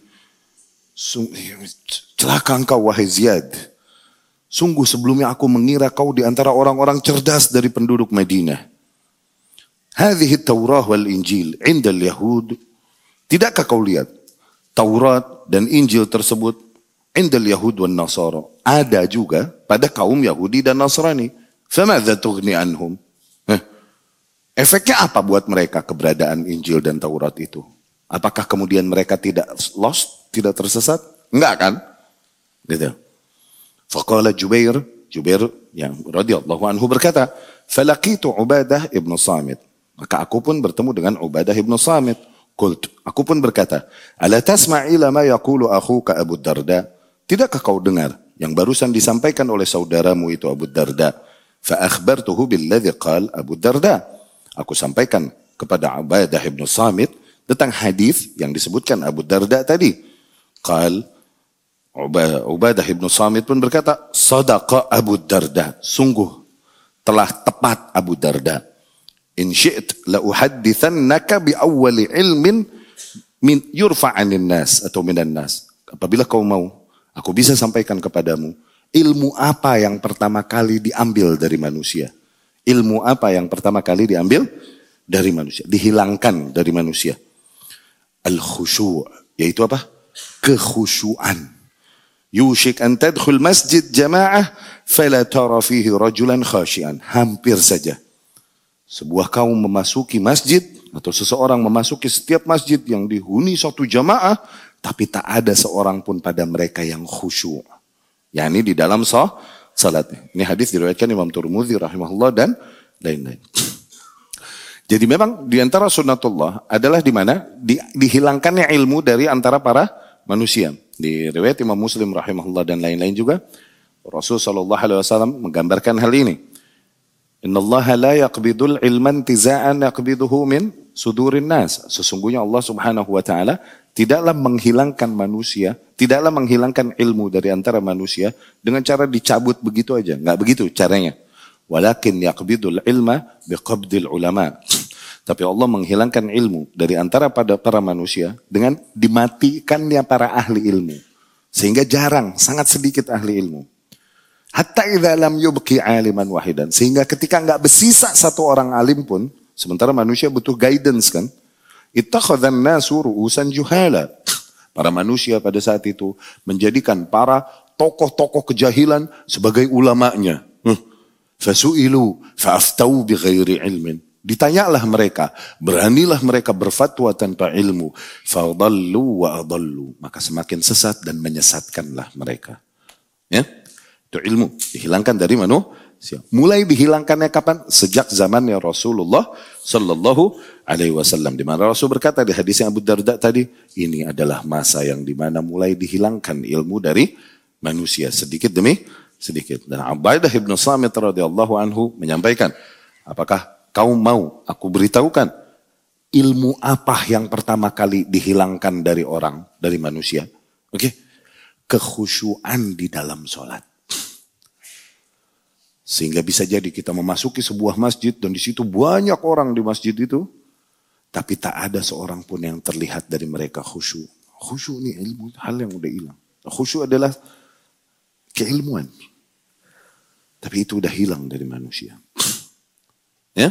celaka engkau wahai Ziyad. Sungguh sebelumnya aku mengira kau di antara orang-orang cerdas dari penduduk Madinah. Hadhihi at-Taurah wal Injil 'inda al-Yahud. Tidakkah kau lihat Taurat dan Injil tersebut 'inda al-Yahud wan Nasara ada juga pada kaum Yahudi dan Nasrani. Famadza tughni anhum? Efeknya apa buat mereka keberadaan Injil dan Taurat itu? Apakah kemudian mereka tidak lost, tidak tersesat? Enggak kan? Gitu. Faqala Jubair, Jubair yang radhiyallahu anhu berkata, "Falaqitu Ubadah ibn Samit." Maka aku pun bertemu dengan Ubadah ibn Samit. Qult, aku pun berkata, "Ala tasma' ila ma yaqulu akhuka Abu Darda?" Tidakkah kau dengar yang barusan disampaikan oleh saudaramu itu Abu Darda? Fa akhbartuhu billadzi qala Abu Darda. Aku sampaikan kepada Ubadah ibn Samit tentang hadis yang disebutkan Abu Darda tadi. Qal Ubadah ibn Samit pun berkata, sadaqa Abu Darda, sungguh telah tepat Abu Darda. In syi't la uhaddithannaka bi awwali ilmin min yurfa'anin nas atau minan nas. Apabila kau mau, aku bisa sampaikan kepadamu ilmu apa yang pertama kali diambil dari manusia. Ilmu apa yang pertama kali diambil dari manusia, dihilangkan dari manusia. Al-khusyu', yaitu apa? Kekhusyuan. Yushik an tadkhul masjid jama'ah fala tara fihi rajulan khashian. Hampir saja sebuah kaum memasuki masjid atau seseorang memasuki setiap masjid yang dihuni suatu jamaah, tapi tak ada seorang pun pada mereka yang khusyuk. Yani di dalam sah, salatnya. Ini hadis diriwayatkan Imam Tirmidzi rahimahullah dan lain-lain. Jadi memang di antara sunnatullah adalah di mana di, dihilangkannya ilmu dari antara para manusia. Di riwayat Imam Muslim rahimahullah dan lain-lain juga Rasul sallallahu alaihi wasallam menggambarkan hal ini. Innallaha la yaqbidul ilman tiza'an yaqbiduhu min sudurin nas. Sesungguhnya Allah Subhanahu wa taala tidaklah menghilangkan manusia, tidaklah menghilangkan ilmu dari antara manusia dengan cara dicabut begitu aja. Enggak begitu caranya. Walakin yaqbidul ilma biqabdil ulama. Tapi Allah menghilangkan ilmu dari antara pada para manusia dengan dimatikannya para ahli ilmu. Sehingga jarang, sangat sedikit ahli ilmu. Hatta idza lam yubqi aliman wahidan. Sehingga ketika enggak bersisa satu orang alim pun, sementara manusia butuh guidance kan. Ittakhadhan nasu ru'usan juhala. Para manusia pada saat itu menjadikan para tokoh-tokoh kejahilan sebagai ulamanya. Fasu'ilu fa'aftau bighairi ilmin. Ditanyalah mereka, beranilah mereka berfatwa tanpa ilmu. Fadallu wa adallu. Maka semakin sesat dan menyesatkanlah mereka. Ya, itu ilmu dihilangkan dari manusia. Mulai dihilangkannya kapan? Sejak zamannya Rasulullah sallallahu alaihi wasallam, di mana Rasul berkata di hadis yang Abu Darda tadi, ini adalah masa yang di mana mulai dihilangkan ilmu dari manusia sedikit demi sedikit. Dan Ubadah ibn Samit radhiyallahu anhu menyampaikan, apakah kau mau aku beritahukan ilmu apa yang pertama kali dihilangkan dari orang, dari manusia? Oke, okay? Kekhusyuan di dalam sholat. Sehingga bisa jadi kita memasuki sebuah masjid dan di situ banyak orang di masjid itu, tapi tak ada seorang pun yang terlihat dari mereka khusyuk. Khusyuk ini ilmu, hal yang udah hilang. Khusyuk adalah keilmuan. Tapi itu udah hilang dari manusia. Ya?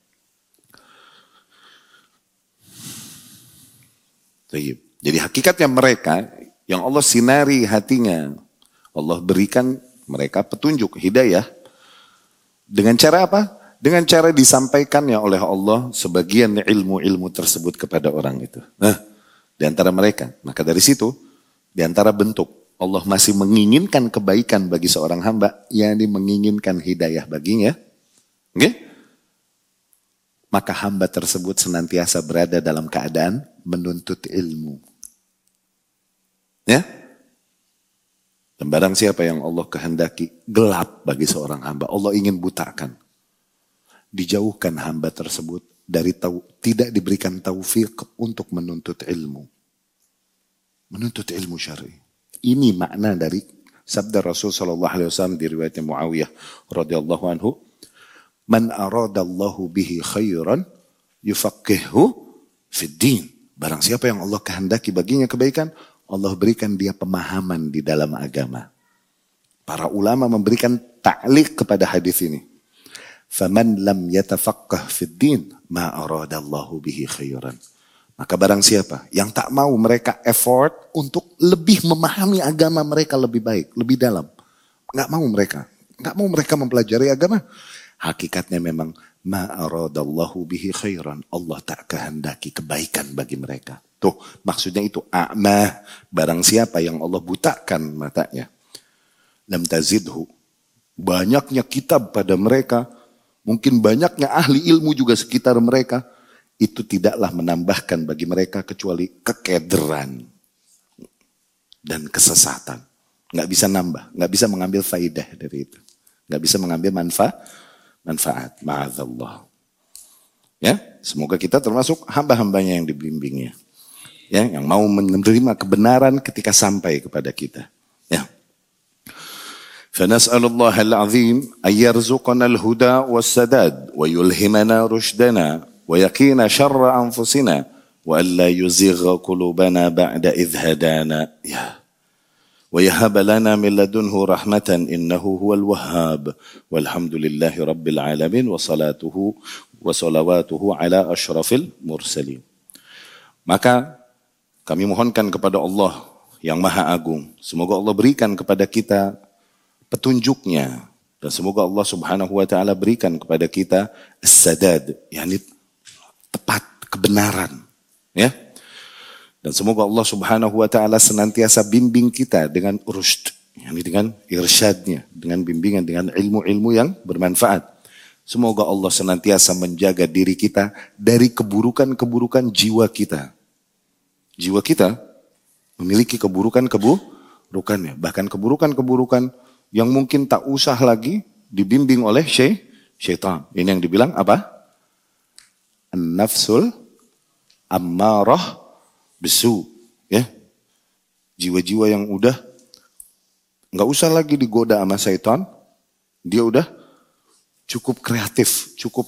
Jadi hakikatnya mereka yang Allah sinari hatinya, Allah berikan mereka petunjuk, hidayah. Dengan cara apa? Dengan cara disampaikannya oleh Allah sebagian ilmu-ilmu tersebut kepada orang itu. Nah, di antara mereka. Maka dari situ, di antara bentuk Allah masih menginginkan kebaikan bagi seorang hamba, yakni menginginkan hidayah baginya. Oke? Okay? Maka hamba tersebut senantiasa berada dalam keadaan menuntut ilmu. Ya? Dan barang siapa yang Allah kehendaki gelap bagi seorang hamba, Allah ingin butakan. Dijauhkan hamba tersebut dari tau, tidak diberikan taufik untuk menuntut ilmu. Menuntut ilmu syar'i. Ini makna dari sabda Rasul sallallahu alaihi wasallam di riwayat Muawiyah radhiyallahu anhu, "Man aradallahu bihi khairan yufaqihu fid din." Barang siapa yang Allah kehendaki baginya kebaikan, Allah berikan dia pemahaman di dalam agama. Para ulama memberikan ta'liq kepada hadis ini. Faman lam yatafaqqah fid din ma aradallahu bihi khairan. Maka barang siapa yang tak mau mereka effort untuk lebih memahami agama mereka lebih baik, lebih dalam. Enggak mau mereka, enggak mau mereka mempelajari agama. Hakikatnya memang ma aradallahu bihi khairan. Allah tak kehendaki kebaikan bagi mereka. Tuh, maksudnya itu a'mah, barang siapa yang Allah butakan matanya. Lam tazidhu, banyaknya kitab pada mereka, mungkin banyaknya ahli ilmu juga sekitar mereka, itu tidaklah menambahkan bagi mereka kecuali kekederan dan kesesatan. Nggak bisa nambah, nggak bisa mengambil faidah dari itu. Nggak bisa mengambil manfaat, manfaat, ma'adzallah. Ya, semoga kita termasuk hamba-hambanya yang dibimbingnya. Ya, yang mau menerima kebenaran ketika sampai kepada kita. Ya. فنسأل الله العظيم أن يرزقنا الهدى والسداد ويلهمنا رشدنا ويقينا شر أنفسنا وأن لا يزيغ قلوبنا بعد إذ هدانا ويهب لنا من لدنه رحمة إنه هو الوهاب والحمد لله رب العالمين وصلاته وصلواته على أشرف المرسلين. Maka kami mohonkan kepada Allah yang Maha Agung, semoga Allah berikan kepada kita petunjuknya dan semoga Allah Subhanahu wa taala berikan kepada kita as-sadad, yakni tepat, kebenaran, ya. Dan semoga Allah Subhanahu wa taala senantiasa bimbing kita dengan rushd, yakni dengan irsyadnya, dengan bimbingan, dengan ilmu-ilmu yang bermanfaat. Semoga Allah senantiasa menjaga diri kita dari keburukan-keburukan jiwa kita. Jiwa kita memiliki keburukan-keburukannya, bahkan keburukan-keburukan yang mungkin tak usah lagi dibimbing oleh syaitan. Ini yang dibilang apa? An-nafsul ammarah bisu. Ya. Jiwa-jiwa yang udah nggak usah lagi digoda sama syaitan. Dia udah cukup kreatif, cukup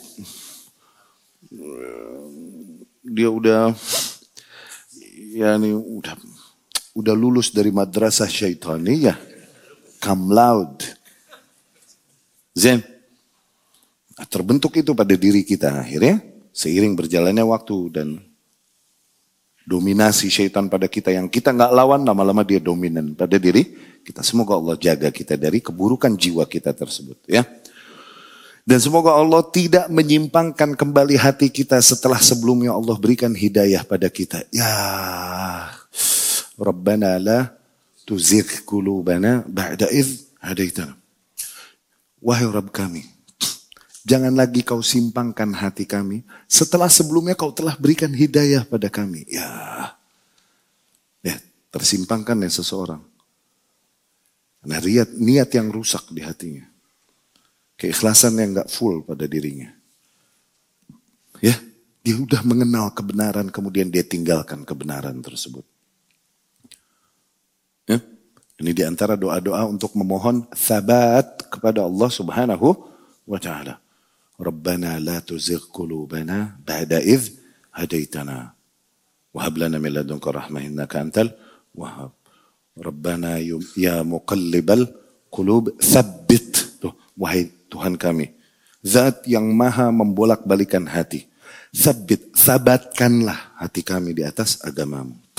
dia udah ya nih udah udah lulus dari madrasah syaitaniyah. Come loud. Zen. Nah, terbentuk itu pada diri kita akhirnya seiring berjalannya waktu dan dominasi syaitan pada kita yang kita nggak lawan, lama-lama dia dominan pada diri kita. Semoga Allah jaga kita dari keburukan jiwa kita tersebut, ya. Dan semoga Allah tidak menyimpangkan kembali hati kita setelah sebelumnya Allah berikan hidayah pada kita. Ya Rabbana la tuzigh qulubana ba'da idh hadaitana. Wahai Rabb kami, jangan lagi kau simpangkan hati kami setelah sebelumnya kau telah berikan hidayah pada kami. Ya, ya tersimpangkan ya seseorang. Nah, niat, niat yang rusak di hatinya. Keikhlasan yang gak full pada dirinya. Ya, dia udah mengenal kebenaran kemudian dia tinggalkan kebenaran tersebut. Ya, ini di antara doa-doa untuk memohon thabat kepada Allah Subhanahu wa taala. Rabbana la tuzigh qulubana ba'da idh hadaitana wa hab lana min ladunka rahmah innaka antal wahhab. Rabbana ya muqallibal qulub tsabbit. Tuh, wahai Tuhan kami, Zat yang maha membolak-balikan hati. Tsabbit, sabatkanlah hati kami di atas agamamu.